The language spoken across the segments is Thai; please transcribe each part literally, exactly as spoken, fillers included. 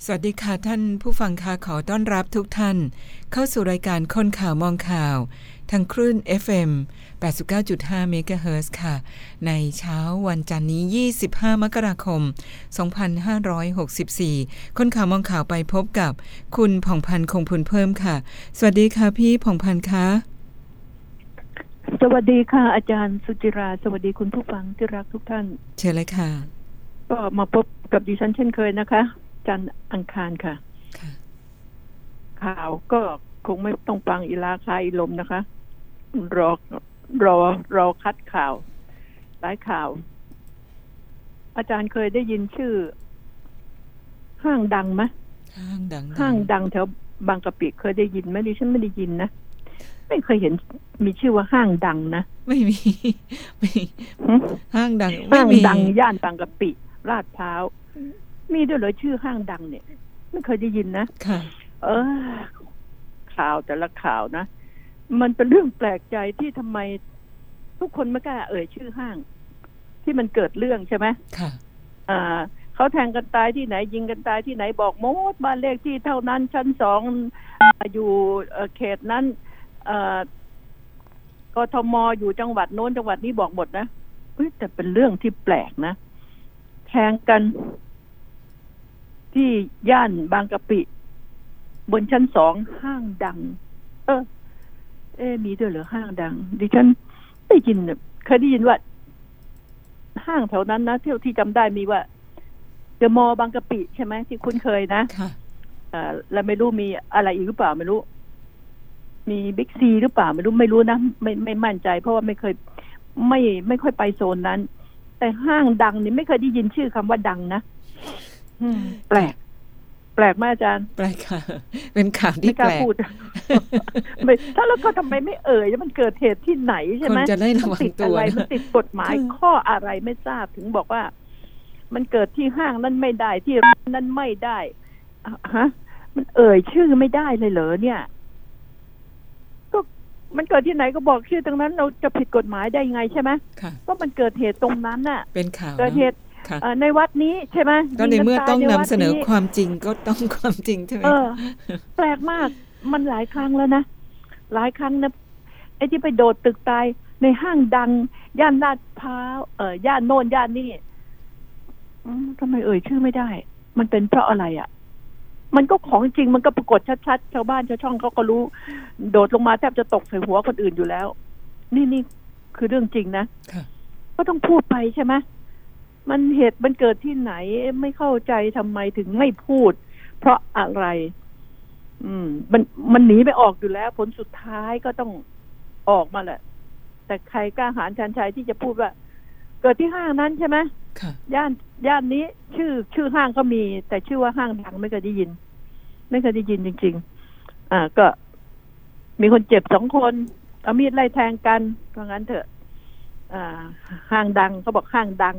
สวัสดีค่ะท่านผู้ฟังค่ะขอต้อนรับทุกท่านเข้าสู่รายการคนข่าวมองข่าวทางคลื่น เอฟ เอ็ม แปดสิบเก้าจุดห้า เมกะเฮิรตซ์ค่ะในเช้าวันจันทร์นี้ยี่สิบห้ามกราคมสองพันห้าร้อยหกสิบสี่คนข่าวมองข่าวไปพบกับคุณผ่องพันธ์คงพูนเพิ่มค่ะสวัสดีค่ะพี่ผ่องพันธ์คะสวัสดีค่ะอาจารย์สุจิราสวัสดีคุณผู้ฟังที่รักทุกท่านเชิญเลยค่ะก็มาพบกับดิฉันเช่นเคยนะคะจันทร์อังคารค่ะข่าวก็คงไม่ต้องฟังอีลาคาอีลมนะคะรอรอรอคัดข่าวหลายข่าวอาจารย์เคยได้ยินชื่อห้างดังไหมห้างดังห้างดังแถวบางกะปิเคยได้ยินไหมดิฉันไม่ได้ยินนะไม่เคยเห็นมีชื่อว่าห้างดังนะไม่มีไม่ห้างดังห้างดังย่านบางกะปิลาดพร้าวมีด้วยเหรอชื่อห้างดังเนี่ยไม่เคยได้ยินนะค่ะเออข่าวแต่ละข่าวนะมันเป็นเรื่องแปลกใจที่ทำไมทุกคนไม่กล้าเอ่ยชื่อห้างที่มันเกิดเรื่องใช่ไหมค่ะอ่าเขาแทงกันตายที่ไหนยิงกันตายที่ไหนบอกหมดบ้านเลขที่เท่านั้นชั้นสองอยู่เขตนั้นกทมอยู่จังหวัดโน้นจังหวัดนี้บอกหมดนะแต่เป็นเรื่องที่แปลกนะแทงกันที่ย่านบางกะปิบนชั้นสองห้างดังเออเอ๊มีด้วยเหรอห้างดังดิฉันได้ยินเคยได้ยินว่าห้างแถวนั้นนะเที่ยวที่จำได้มีว่าเดอะมอลล์บางกะปิใช่ไหมที่คุ้นเคยนะค่ะอ่าแล้วไม่รู้มีอะไรอีกหรือเปล่าไม่รู้มีบิ๊กซีหรือเปล่าไม่รู้ไม่รู้นะไม่ไม่มั่นใจเพราะว่าไม่เคยไม่ไม่ค่อยไปโซนนั้นแต่ห้างดังนี่ไม่เคยได้ยินชื่อคำว่าดังนะแปลกแปลกมากอาจารย์แปลกค่ะเป็นข่าวที่แปลกพูดไม่ถ้าแล้วก็ทำไมไม่เอ่ยมันเกิดเหตุที่ไหนใช่ไหมคนจะได้ระวังตัวมันติดกฎหมายข้ออะไรไม่ทราบถึงบอกว่ามันเกิดที่ห้างนั้นไม่ได้ที่ร้านนั้นไม่ได้ฮะมันเอ่ยชื่อไม่ได้เลยเหรอเนี่ยก็มันเกิดที่ไหนก็บอกชื่อตรงนั้นเราจะผิดกฎหมายได้ไงใช่ไหมก็มันเกิดเหตุตรงนั้นน่ะเป็นข่าวเกิดเหตุในวัดนี้ใช่ไหมก็ในเมื่อต้องนำเสนอความจริงก็ต้องความจริงใช่ไหมแปลกมากมันหลายครั้งแล้วนะหลายครั้งนะไอ้ที่ไปโดดตึกตายในห้างดังย่านลาดพร้าวเอ่อย่านโน่นย่านนี่ทำไมเอ่ยชื่อไม่ได้มันเป็นเพราะอะไรอ่ะมันก็ของจริงมันก็ปรากฏชัดๆชาวบ้านชาวช่องเขาก็รู้โดดลงมาแทบจะตกใส่หัวคนอื่นอยู่แล้วนี่นี่คือเรื่องจริงนะก็ต้องพูดไปใช่ไหมมันเหตุมันเกิดที่ไหนไม่เข้าใจทำไมถึงไม่พูดเพราะอะไรอืมมันมันหนีไม่ออกอยู่แล้วผลสุดท้ายก็ต้องออกมาแหละแต่ใครกล้าหาญชันชัยที่จะพูดว่าเกิดที่ห้างนั้นใช่ไหมย่านย่านนี้ชื่อชื่อห้างก็มีแต่ชื่อว่าห้างดังไม่เคยได้ยินไม่เคยได้ยินจริงๆอ่าก็มีคนเจ็บสองคนเอามีดไล่แทงกันเพราะงั้นเถอะอ่าห้างดังเขาบอกห้างดัง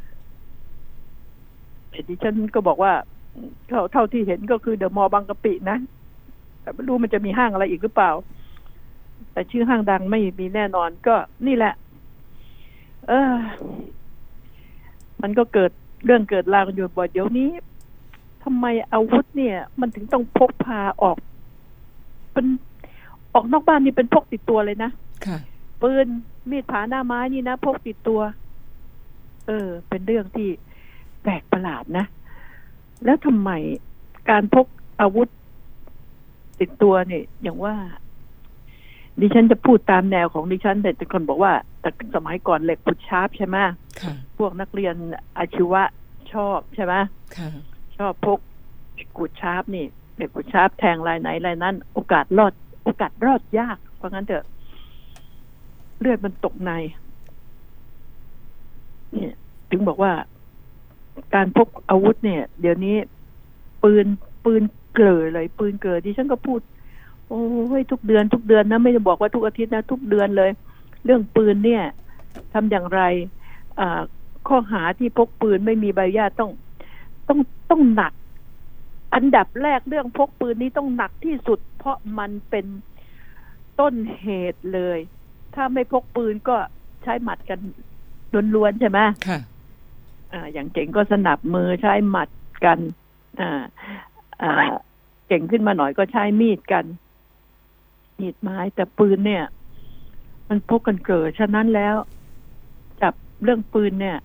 ดิฉันก็บอกว่าเท่าเท่าที่เห็นก็คือเดอะมอลล์บางกะปินะแต่ไม่รู้มันจะมีห้างอะไรอีกหรือเปล่าแต่ชื่อห้างดังไม่มีแน่นอนก็นี่แหละเออมันก็เกิดเรื่องเกิดราวกันอยู่บ่อยเดี๋ยวนี้ทำไมอาวุธเนี่ยมันถึงต้องพกพาออกเป็นออกนอกบ้านนี่เป็นพกติดตัวเลยนะปืนมีดผาหน้าไม้นี่นะพกติดตัวเออเป็นเรื่องที่แปลกประหลาดนะแล้วทำไมการพกอาวุธติดตัวเนี่ยอย่างว่าดิฉันจะพูดตามแนวของดิฉันแต่คนบอกว่าแต่สมัยก่อนเหล็กขุดชาร์ปใช่ไหมพวกนักเรียนอาชีวะชอบใช่ไหมชอบพกขุดชาร์ปนี่เหล็กขุดชาร์ปแทงลายไหนลายนั้นโอกาสรอดโอกาสรอดยากเพราะงั้นเถอะเลือดมันตกในเนี่ยถึงบอกว่าการพกอาวุธเนี่ยเดี๋ยวนี้ปืนปืนเกลือเลยปืนเกลือดิฉันก็พูดโอ้ยทุกเดือนทุกเดือนนะไม่ได้บอกว่าทุกอาทิตย์นะทุกเดือนเลยเรื่องปืนเนี่ยทำอย่างไรอ่าข้อหาที่พกปืนไม่มีใบอนุญาตต้องต้องต้องหนักอันดับแรกเรื่องพกปืนนี้ต้องหนักที่สุดเพราะมันเป็นต้นเหตุเลยถ้าไม่พกปืนก็ใช้หมัดกันล้วนๆใช่ไหมค่ะอ่าอย่างเจ๋งก็สนับมือใช้หมัดกันอ่าเก่งขึ้นมาหน่อยก็ใช้มีดกันมีดไม้แต่ปืนเนี่ยมันพกกันเกิดฉะนั้นแล้วจับเรื่องปืนเนี่ย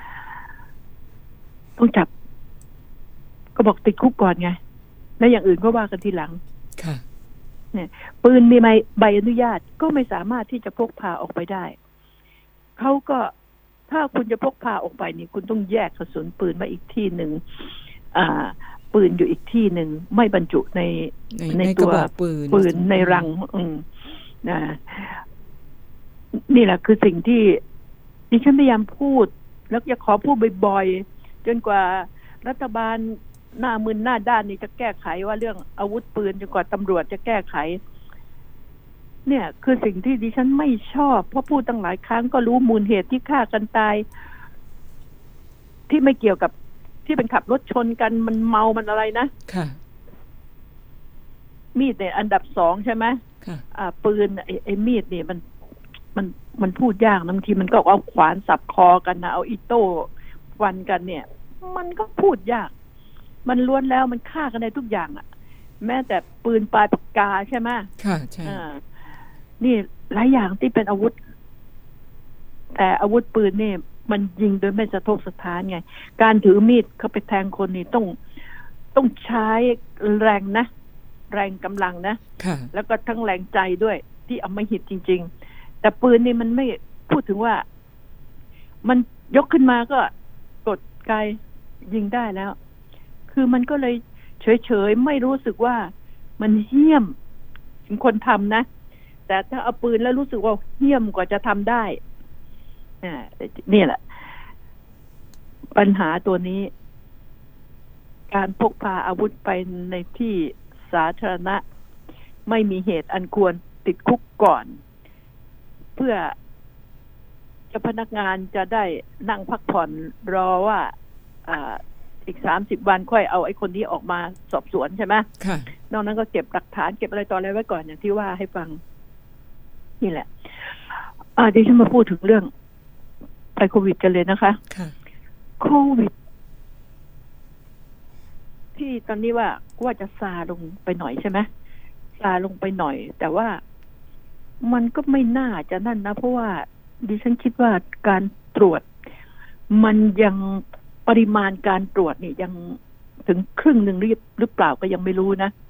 ต้องจับก็บอกติดคุกก่อนไงแล้วอย่างอื่นก็ว่ากันทีหลังค่ะเนี่ยปืนมีใบใบอนุญาตก็ไม่สามารถที่จะพกพาออกไปได้เขาก็ถ้าคุณจะพกพาออกไปนี่คุณต้องแยกกระสุนปืนมาอีกที่หนึ่งอ่าปืนอยู่อีกที่หนึ่งไม่บรรจุในใน, ในตัวปืนปืนในรังอืมนะนี่แหละคือสิ่งที่ดิฉันพยายามพูดแล้วจะขอพูดบ่อยๆจนกว่ารัฐบาลหน้ามึนหน้าด้านนี่จะแก้ไขว่าเรื่องอาวุธปืนจนกว่าตำรวจจะแก้ไขเนี่ยคือสิ่งที่ดิฉันไม่ชอบเพราะพูดตั้งหลายครั้งก็รู้มูลเหตุที่ฆ่ากันตายที่ไม่เกี่ยวกับที่เป็นขับรถชนกันมันเมามันอะไรนะค่ะมีดเนี่ยอันดับสองใช่ไหมค่ะอ่าปืนไอ้ไอ้มีดเนี่ยมันมันมันพูดยากบางทีมันก็เอาขวานสับคอกันนะเอาอิโต้ฟันกันเนี่ยมันก็พูดยากมันล้วนแล้วมันฆ่ากันได้ทุกอย่างอ่ะแม้แต่ปืนปลายปากกาใช่ไหมค่ะใช่นี่หลายอย่างที่เป็นอาวุธแต่อาวุธปืนนี่มันยิงโดยไม่สะทกสะท้านไงการถือมีดเข้าไปแทงคนนี่ต้องต้องใช้แรงนะแรงกำลังนะแล้วก็ทั้งแรงใจด้วยที่เอามาหิดจริงๆแต่ปืนนี่มันไม่พูดถึงว่ามันยกขึ้นมาก็กดไกยิงได้แล้วคือมันก็เลยเฉยๆไม่รู้สึกว่ามันเหี้ยมถึงคนทำนะแต่ถ้าเอาปืนแล้วรู้สึกว่าเหี้ยมกว่าจะทำได้นี่แหละปัญหาตัวนี้การพกพาอาวุธไปในที่สาธารณะไม่มีเหตุอันควรติดคุกก่อนเพื่อเจ้าพนักงานจะได้นั่งพักผ่อนรอว่าอ่าอีกสามสิบวันค่อยเอาไอ้คนนี้ออกมาสอบสวนใช่ไหมค่ะนอกนั้นก็เก็บหลักฐานเก็บอะไรต่ออะไรไว้ก่อนอย่างที่ว่าให้ฟังนี่แหละอ่าดิฉันมาพูดถึงเรื่องไปโควิดกันเลยนะคะค่ะโควิดที่ตอนนี้ว่าว่าจะซาลงไปหน่อยใช่ไหมซาลงไปหน่อยแต่ว่ามันก็ไม่น่าจะนั่นนะเพราะว่าดิฉันคิดว่าการตรวจมันยังปริมาณการตรวจนี่ยังถึงครึ่งหนึ่งหรือเปล่าก็ยังไม่รู้นะ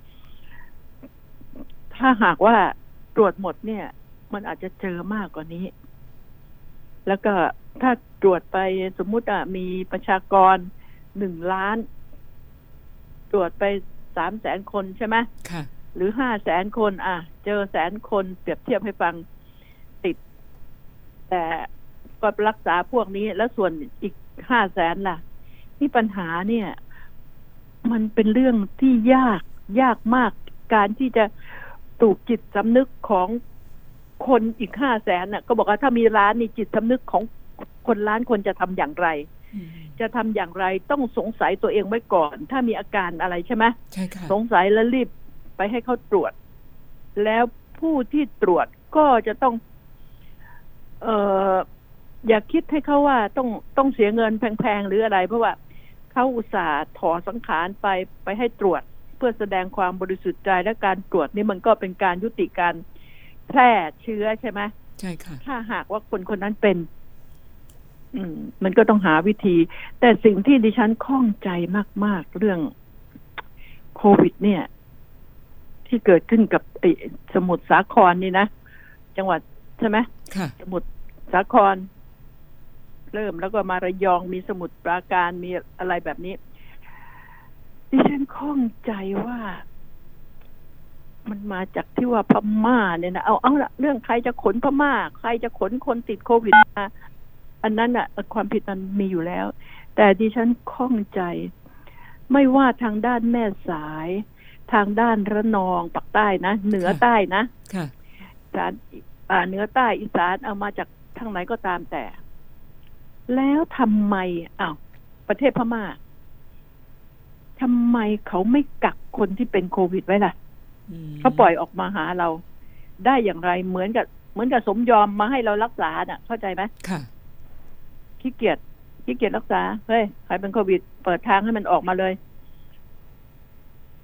ถ้าหากว่าตรวจหมดเนี่ยมันอาจจะเจอมากกว่านี้แล้วก็ถ้าตรวจไปสมมุติอ่ะมีประชากรหนึ่งล้านตรวจไปสามแสนคนใช่ไหมค่ะหรือห้าแสนคนอ่ะเจอแสนคนเปรียบเทียบให้ฟังติดแต่ก็รักษาพวกนี้แล้วส่วนอีกห้าแสนล่ะนี่ปัญหาเนี่ยมันเป็นเรื่องที่ยากยากมากการที่จะปลูกจิตสำนึกของคนอีกห้าแสนน่ะก็บอกว่าถ้ามีร้านนี่จิตสำนึกของคนล้านคนจะทำอย่างไรจะทำอย่างไรต้องสงสัยตัวเองไว้ก่อนถ้ามีอาการอะไรใช่ไหมใช่ค่ะสงสัยแล้วรีบไปให้เขาตรวจแล้วผู้ที่ตรวจก็จะต้องเอ่ออย่าคิดให้เขาว่าต้องต้องเสียเงินแพงๆหรืออะไรเพราะว่าเขาอุตส่าห์ถอดสังขารไปไปให้ตรวจเพื่อแสดงความบริสุทธิ์ใจและการตรวจนี่มันก็เป็นการยุติการแพร่เชื้อใช่ไหมใช่ค่ะถ้าหากว่าคนคนนั้นเป็นอืมมันก็ต้องหาวิธีแต่สิ่งที่ดิฉันข้องใจมากๆเรื่องโควิดเนี่ยที่เกิดขึ้นกับไอ้สมุทรสาครนี่นะจังหวัดใช่ไหมค่ะสมุทรสาครเริ่มแล้วก็มาระยองมีสมุทรปราการมีอะไรแบบนี้ดิฉันข้องใจว่ามันมาจากที่ว่าพม่าเนี่ยนะเอาเอาละเรื่องใครจะขนพม่าใครจะขนคนติดโควิดมาอันนั้นอ่ะความผิดมันมีอยู่แล้วแต่ดิฉันข้องใจไม่ว่าทางด้านแม่สายทางด้านระนองปักใต้นะเหนือใต้นะค่ะสารอ่าเหนือใต้อีสานเอามาจากทางไหนก็ตามแต่แล้วทำไมอ้าวประเทศพม่าทำไมเขาไม่กักคนที่เป็นโควิดไว้ล่ะเขาปล่อยออกมาหาเราได้อย่างไรเหมือนกับเหมือนกับสมยอมมาให้เรารักษาน่ะเข้าใจไหมค่ะขี้เกียจขี้เกียจรักษาเฮ้ยใครเป็นโควิดเปิดทางให้มันออกมาเลย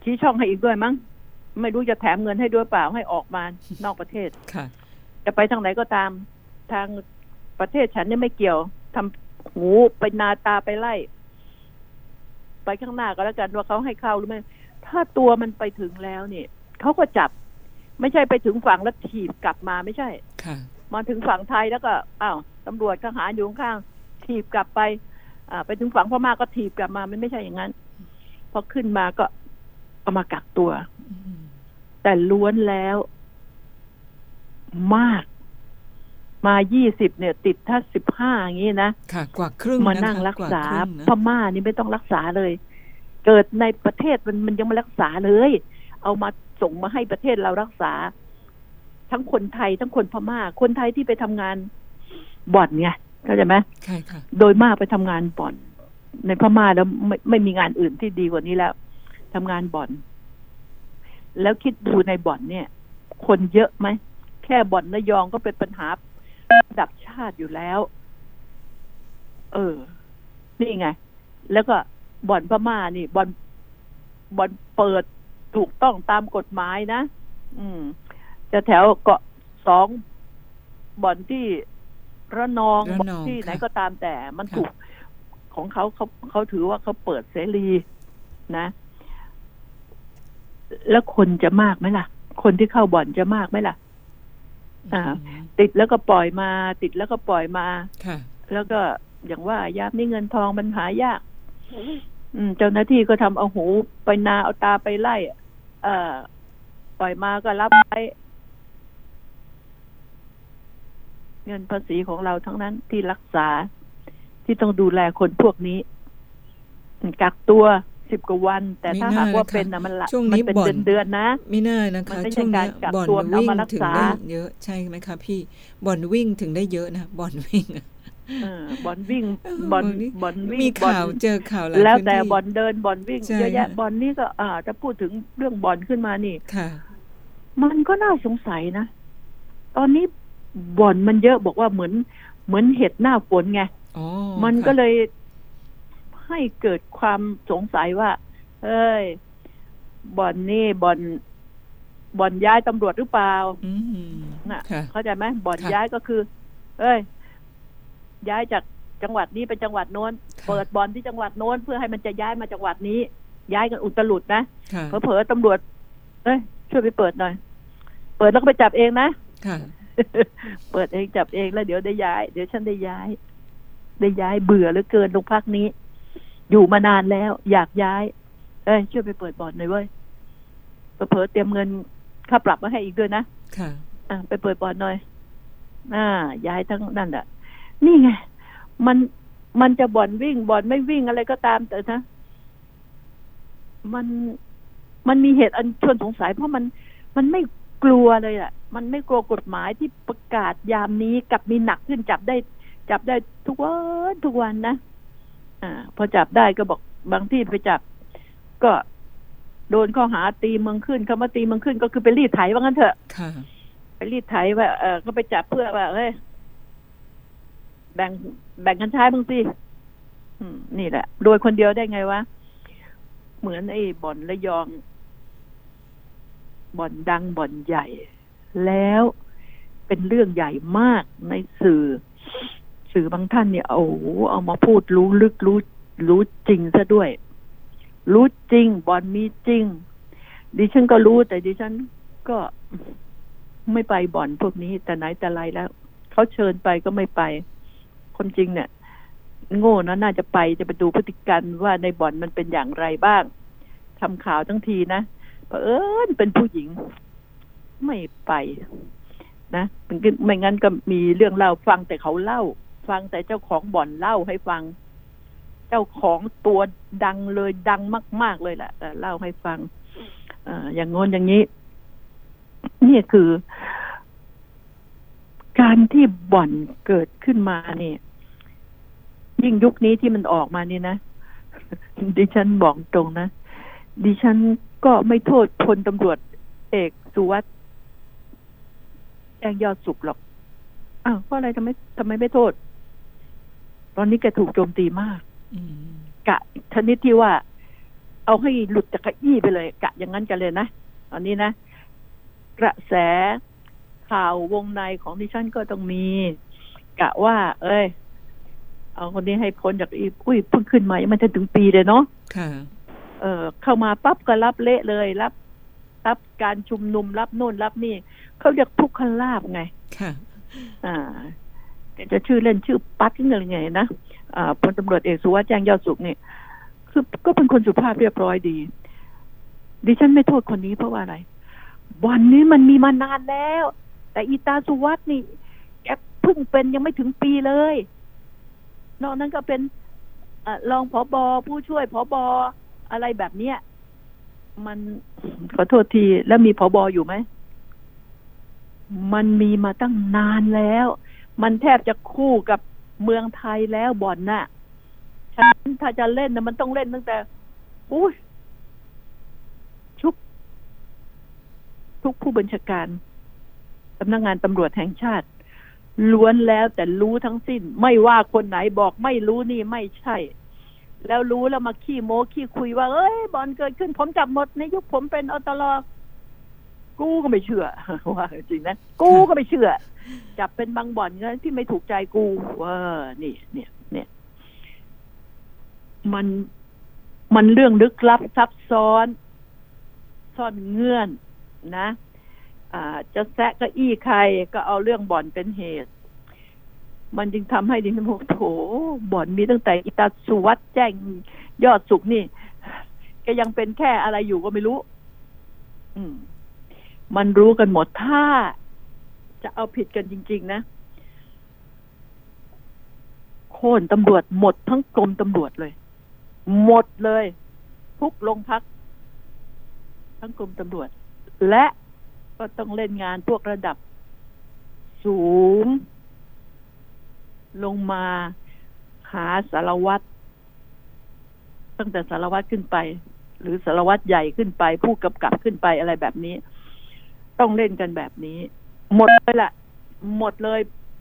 ชี้ช่องให้อีกด้วยมั้งไม่รู้จะแถมเงินให้ด้วยเปล่าให้ออกมานอกประเทศค่ะจะไปทางไหนก็ตามทางประเทศฉันนี่ไม่เกี่ยวทำหูไปนาตาไปไล่ไปข้างหน้าก็แล้วกันว่าเขาให้เข้าหรือไม่ถ้าตัวมันไปถึงแล้วนี่เขาก็จับไม่ใช่ไปถึงฝั่งแล้วถีบกลับมาไม่ใช่ค่ะมาถึงฝั่งไทยแล้วก็อ้าวตำรวจทหารอยู่ข้างถีบกลับไปอ่าไปถึงฝั่งพม่าก็ถีบกลับมามันไม่ใช่อย่างนั้นพอขึ้นมาก็เอามากักตัวแต่ล้วนแล้วมากมายี่สิบเนี่ยติดถ้าสิบห้าอย่างนี้นะค่ะกว่าครึ่งมานั่งรักษาพม่านี่ไม่ต้องรักษาเลยเกิดในประเทศมันมันยังไม่รักษาเลยเอามาส่งมาให้ประเทศเรารักษาทั้งคนไทยทั้งคนพม่าคนไทยที่ไปทำงานบ่อนไงเข้าใจไหมใช่ค่ะโดยมากไปทำงานบ่อนในพม่าแล้วไม่ไม่มีงานอื่นที่ดีกว่านี้แล้วทำงานบ่อนแล้วคิดดูในบ่อนเนี่ยคนเยอะไหมแค่บ่อนระยองก็เป็นปัญหาระดับชาติอยู่แล้วเออนี่ไงแล้วก็บ่อนพม่านี่บ่อนบ่อนเปิดถูกต้องตามกฎหมายนะอืมจะแถวเกาะสองบ่อนที่ระนองบ่อนที่ไหนก็ตามแต่มันถูกของเขาเขาเขาถือว่าเขาเปิดเสรีนะแล้วคนจะมากไหมล่ะคนที่เข้าบ่อนจะมากไหมล่ะอ่าติดแล้วก็ปล่อยมาติดแล้วก็ปล่อยมาแล้วก็อย่างว่ายามนี้เงินทองมันหายากอืมเจ้าหน้าที่ก็ทำเอาหูไปนาเอาตาไปไล่เอ่อปล่อยมาก็รับไว้เงินภาษีของเราทั้งนั้นที่รักษาที่ต้องดูแลคนพวกนี้กักตัวสิบกว่าวันแต่ถ้าหากว่าเป็นนะมันละมันเป็นเดือนเดือนนะไม่น่านะคะช่วงนี้บ่อนวิ่งถึงได้เยอะใช่ไหมคะพี่บ่อนวิ่งถึงได้เยอะนะบ่อนวิ่งบ่อนวิ่งบ่อนบ่อนวิ่งมีข่าวเจอข่าวแล้วแต่บ่อนเดินบ่อนวิ่งเยอะแยะบ่อนนี่ก็อ่าจะพูดถึงเรื่องบ่อนขึ้นมานี่ค่ะมันก็น่าสงสัยนะตอนนี้บ่อนมันเยอะบอกว่าเหมือนเหมือนเห็ดหน้าฝนไงมันก็เลยให้เกิดความสงสัยว่าเอ้ยบ่อนนี่บ่อนบ่อนย้ายตำรวจหรือเปล่าน่ะเข้าใจไหมบ่อนย้ายก็คือเอ้ยย้ายจากจังหวัดนี้ไปจังหวัดโน้นเปิดบ่อนที่จังหวัดโน้นเพื่อให้มันจะย้ายมาจังหวัดนี้ย้ายกันอุตลุดนะเผลอๆตำรวจเอ้ยช่วยไปเปิดหน่อยเปิดแล้วก็ไปจับเองนะเปิดเองจับเองแล้วเดี๋ยวได้ย้ายเดี๋ยวฉันได้ย้ายได้ย้ายเบื่อเหลือเกินโรงพักนี้อยู่มานานแล้วอยากย้ายเอ้ยช่วยไปเปิดบ่อนหน่อยเว้ยเผลอๆเตรียมเงินค่าปรับมาให้อีกด้วยนะค่ะอ่ะไปเปิดบ่อนหน่อยอ่าย้ายทั้งนั่นแหละนี่ไงมันมันจะบ่อนวิ่งบ่อนไม่วิ่งอะไรก็ตามแต่นะมันมันมีเหตุอันชวนสงสัยเพราะมันมันไม่กลัวเลยอ่ะมันไม่กลัวกฎหมายที่ประกาศยามนี้กับมีหนักขึ้นจับได้จับได้ทุกวันทุกวันนะอ่าพอจับได้ก็บอกบางที่ไปจับก็โดนข้อหาตีเมืองขึ้นคำว่าตีเมืองขึ้นก็คือไปรีดไถว่างั้นเถอะไปรีดไถว่าเออก็ไปจับเพื่อว่าเฮ้ยแบ่งแบ่งกันใช้บ้างสินี่แหละโดยคนเดียวได้ไงวะเหมือนไอ้บ่อนระยองบ่อนดังบ่อนใหญ่แล้วเป็นเรื่องใหญ่มากในสื่อสื่อบางท่านเนี่ยโอ้โหเอามาพูดรู้ลึกรู้รู้จริงซะด้วยรู้จริงบ่อนมีจริงดิฉันก็รู้แต่ดิฉันก็ไม่ไปบ่อนพวกนี้แต่ไหนแต่ไรแล้วเขาเชิญไปก็ไม่ไปคนจริงเนี่ยโง่นะน่าจะไปจะไปดูพฤติกรรมว่าในบ่อนมันเป็นอย่างไรบ้างทำข่าวทั้งทีนะเผอิญเป็นผู้หญิงไม่ไปนะไม่งั้นก็มีเรื่องเล่าฟังแต่เขาเล่าฟังแต่เจ้าของบ่อนเล่าให้ฟังเจ้าของตัวดังเลยดังมากๆเลยแหละเล่าให้ฟังอ่าอย่างโน้นอย่างนี้นี่คือการที่บ่อนเกิดขึ้นมาเนี่ยยิ่งยุคนี้ที่มันออกมานี่นะดิฉันบอกตรงนะดิฉันก็ไม่โทษพลตำรวจเอกสุวัสดิ์แจ้งยอดสุขหรอกอ้าวเพราะอะไรทำไมทำไมไม่โทษตอนนี้แกถูกโจมตีมากกะชนิดที่ว่าเอาให้หลุดจากเก้าอี้ไปเลยกะอย่างนั้นกันเลยนะตอนนี้นะกระแสข่าววงในของดิฉันก็ต้องมีกะว่าเอ้ยเอาคนนี้ให้พ้นจากอีอุ้ยเพิ่งขึ้นมายังไม่ถึงปีเลยเนาะค่ะเออเข้ามาปั๊บก็รับเละเลยรับรับการชุมนุมรับโน่นรับนี่เขาเรียกทุกขลาภไงค่ะอ่าจะชื่อเล่นชื่อปั๊ดหรืออะไรไงนะอ่าพลตำรวจเอกสุวัสดิ์แจ้งยอดสุขนี่คือก็เป็นคนสุภาพเรียบร้อยดีดิฉันไม่โทษคนนี้เพราะว่าอะไรวันนี้มันมีมานานแล้วแต่อีตาสุวัสดิ์นี่แกเพิ่งเป็นยังไม่ถึงปีเลยนอกนั้นก็เป็นอรองผบ.ผู้ช่วยผบ.อะไรแบบเนี้ยมันขอโทษทีแล้วมีผบ.อยู่ไหมมันมีมาตั้งนานแล้วมันแทบจะคู่กับเมืองไทยแล้วบ่อนน่ะฉะนั้นถ้าจะเล่นนะมันต้องเล่นตั้งแต่อุ้ยทุกทุกผู้บัญชาการสำนักงานตำรวจแห่งชาติล้วนแล้วแต่รู้ทั้งสิ้นไม่ว่าคนไหนบอกไม่รู้นี่ไม่ใช่แล้วรู้แล้วมาขี้โม้ขี้คุยว่าเอ้ยบ่อนเกิดขึ้นผมจับหมดในยุคผมเป็นอตล.กูก็ไม่เชื่อว่าจริงนะกูก็ไม่เชื่อจับเป็นบางบ่อนเงี้ยที่ไม่ถูกใจกูว่านี่เนี่ยเนี่ยมันมันเรื่องลึกลับซับซ้อนซ่อนเงื่อนนะอ่าจะแซะเก้าอี้ใครก็เอาเรื่องบ่อนเป็นเหตุมันจึงทำให้ดิฉันบอกโถบ่อนมีตั้งแต่อิตาสุวัสดิ์แจ้งยอดสุขนี่ก็ยังเป็นแค่อะไรอยู่ก็ไม่รู้อืมมันรู้กันหมดถ้าจะเอาผิดกันจริงๆนะโค่นตำรวจหมดทั้งกรมตำรวจเลยหมดเลยทุกโรงพักทั้งกรมตำรวจและก็ต้องเล่นงานพวกระดับสูงลงมาหาสารวัตรตั้งแต่สารวัตรขึ้นไปหรือสารวัตรใหญ่ขึ้นไปผู้กำกับขึ้นไปอะไรแบบนี้ต้องเล่นกันแบบนี้หมดเลยล่ะหมดเลย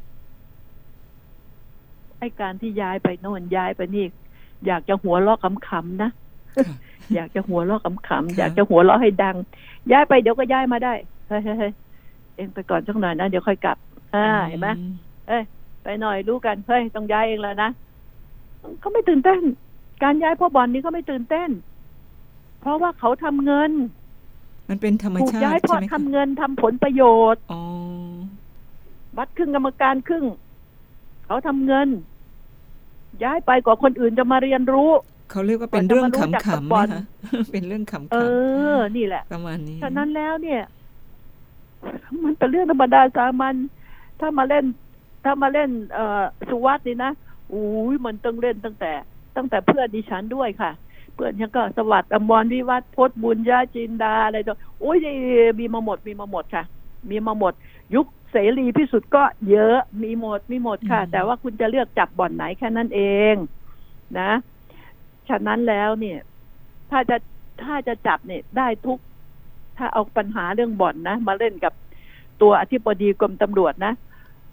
ไอ้การที่ย้ายไปโน่นย้ายไปนี่อยากจะหัวเราะขำๆนะ อยากจะหัวเราะขำๆอยากจะหัวเราะให้ดังย้ายไปเดี๋ยวก็ย้ายมาได้เฮ้ยๆเองไปก่อนสักหน่อยนะเดี๋ยวค่อยกลับอ่าเห็นไหมเอ้ยไปหน่อยรู้กันเฮ้ยต้องย้ายเองแล้วนะเขาไม่ตื่นเต้นการย้ายพ่อบอลนี้เขาไม่ตื่นเต้นเพราะว่าเขาทำเงินมันเป็นธรรมชาติถูกย้ายเพราะทำเงินทำผลประโยชน์วัดครึ่งกรรมการครึ่งเขาทำเงินย้ายไปกว่าคนอื่นจะมาเรียนรู้เขาเรียกว่าเป็นเรื่องขำๆนะคะเป็นเรื่องขำๆเออนี่แหละประมาณนี้ฉะนั้นแล้วเนี่ยมันเป็นเรื่องธรรมดาสามัญถ้ามาเล่นถ้ามาเล่นเอ่อสุวัสดิ์นี่นะอุ้ยมันต้องเล่นตั้งแต่ตั้งแต่เพื่อนดิฉันด้วยค่ะเพื่อนฉันก็สวัสดิ์อมรวิวัฒน์พจน์บุญญาจินดาอะไรตัวโอ้ยมีมาหมดมีมาหมดค่ะมีมาหมดยุคเสรีพิสุทธิ์ก็เยอะมีหมดมีหมดค่ะแต่ว่าคุณจะเลือกจับบ่อนไหนแค่นั้นเองนะฉะนั้นแล้วเนี่ยถ้าจะถ้าจะจับเนี่ยได้ทุกถ้าเอาปัญหาเรื่องบ่อนนะมาเล่นกับตัวอธิบดีกรมตำรวจนะ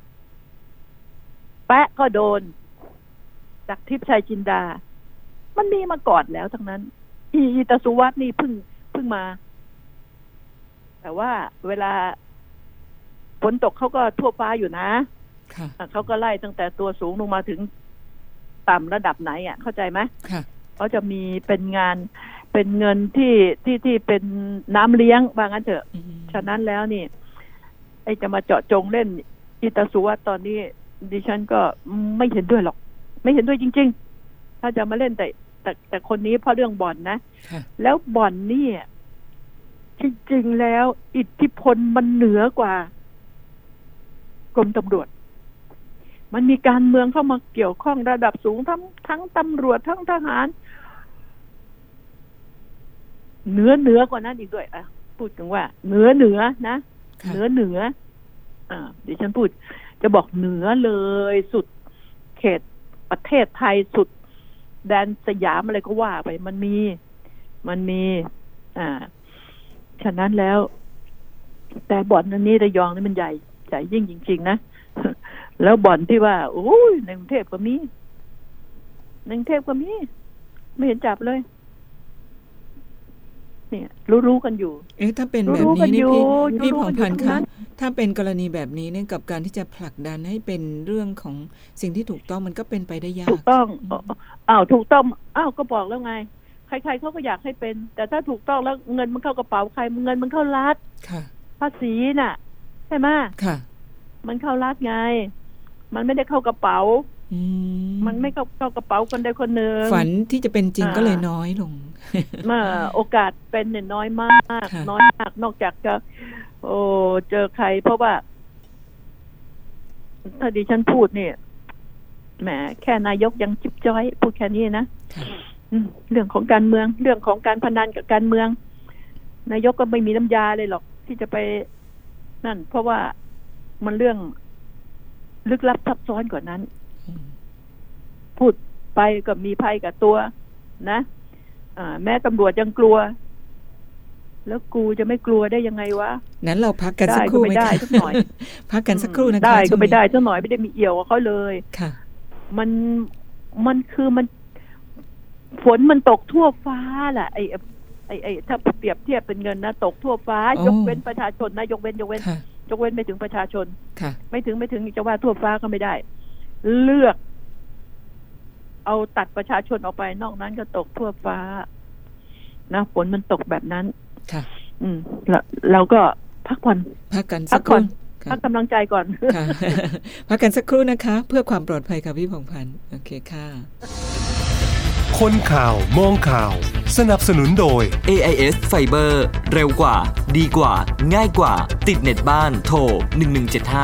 แปะก็โดนจากทิพย์ชัยจินดามันมีมาก่อนแล้วทั้งนั้นอีอีตาสุวัสดิ์นี่เพิ่งเพิ่งมาแต่ว่าเวลาฝนตกเขาก็ทั่วฟ้าอยู่นะเขาก็ไล่ตั้งแต่ตัวสูงลงมาถึงต่ำระดับไหนอ่ะเข้าใจไหมเขาจะมีเป็นงานเป็นเงินที่ที่ที่เป็นน้ำเลี้ยงว่างั้นเถอะฉะนั้นแล้วนี่ไอ้จะมาเจาะจงเล่นอีตาสุวัสดิ์ตอนนี้ดิฉันก็ไม่เห็นด้วยหรอกไม่เห็นด้วยจริงๆถ้าจะมาเล่นแต่แต่แต่คนนี้เพราะเรื่องบ่อนนะแล้วบ่อนนี่จริงๆแล้วอิทธิพลมันเหนือกว่ากรมตำรวจมันมีการเมืองเข้ามาเกี่ยวข้องระดับสูงทั้งทั้งตำรวจทั้งทหารเหนือเหนือกว่านั้นอีกด้วยอ่ะพูดถึงว่าเหนือเหนือนะเหนือเหนืออ่าดิฉันพูดจะบอกเหนือเลยสุดเขตประเทศไทยสุดแดนสยามอะไรก็ว่าไปมันมีมันมีอ่าฉะนั้นแล้วแต่บ่อนอันนี้ระยองนี่มันใหญ่ใหญ่ยิ่งจริงๆนะแล้วบ่อนที่ว่าโอ้ยในกรุงเทพก็มีในกรุงเทพก็มีไม่เห็นจับเลยเนี่ยรู้ๆกันอยู่เอ๊ะถ้าเป็นแบบนี้นี่พี่พี่ผ่องพันธุ์คะถ้าเป็นกรณีแบบนี้เนี่ยกับการที่จะผลักดันให้เป็นเรื่องของสิ่งที่ถูกต้องมันก็เป็นไปได้ยากถูกต้องอ้าวถูกต้องอ้าวก็บอกแล้วไงใครๆเขาก็อยากให้เป็นแต่ถ้าถูกต้องแล้วเงินมันเข้ากระเป๋าใครเงินมันเข้ารัฐค่ะภาษีน่ะใช่ไหมค่ะมันเข้ารัฐไงมันไม่ได้เข้ากระเป๋ามันไม่เข้าเข้ากระเป๋าคนใดคนหนึ่งฝันที่จะเป็นจริงก็เลยน้อยลงมาโอกาสเป็นเนี่ยน้อยมากน้อยมากนอกจากจะโอ้เจอใครเพราะว่าถ้าดิฉันพูดเนี่ยแหมแค่นายกยังจิ๊บจ้อยพูดแค่นี้นะเรื่องของการเมืองเรื่องของการพนันกับการเมืองนายกก็ไม่มีน้ำยาเลยหรอกที่จะไปนั่นเพราะว่ามันเรื่องลึกลับซับซ้อนกว่านั้นพูดไปก็มีภัยกับตัวนะแม่ตำรวจยังกลัวแล้วกูจะไม่กลัวได้ยังไงวะนั้นเราพักกันสักครู่ไหมคะพักกันสักครู่นะคะได้ก็ไม่ได้สักหน่อยไม่ได้มีเอี่ยวกับเขาเลยค่ะมันมันคือมันฝนมันตกทั่วฟ้าแหละไอ้ไอ้ไอ้ถ้าเปรียบเทียบเป็นเงินนะตกทั่วฟ้ายกเว้นประชาชนนะยกเว้นยกเว้นยกเว้นไม่ถึงประชาชนไม่ถึงไม่ถึงจะว่าทั่วฟ้าก็ไม่ได้เลือกเอาตัดประชาชนออกไปนอกนั้นก็ตกทั่วฟ้านะฝนมันตกแบบนั้นค่ะอืมแล้วเราก็พักผ่อนพักกันสักครู่พักกำลังใจก่อนค่ะพักกันสักครู่นะคะเพื่อความปลอดภัยค่ะพี่ผ่องพันธุ์โอเคค่ะคนข่าวมองข่าวสนับสนุนโดยเอ ไอ เอส Fiber เร็วกว่าดีกว่าง่ายกว่าติดเน็ตบ้านโทรหนึ่งหนึ่งเจ็ดห้า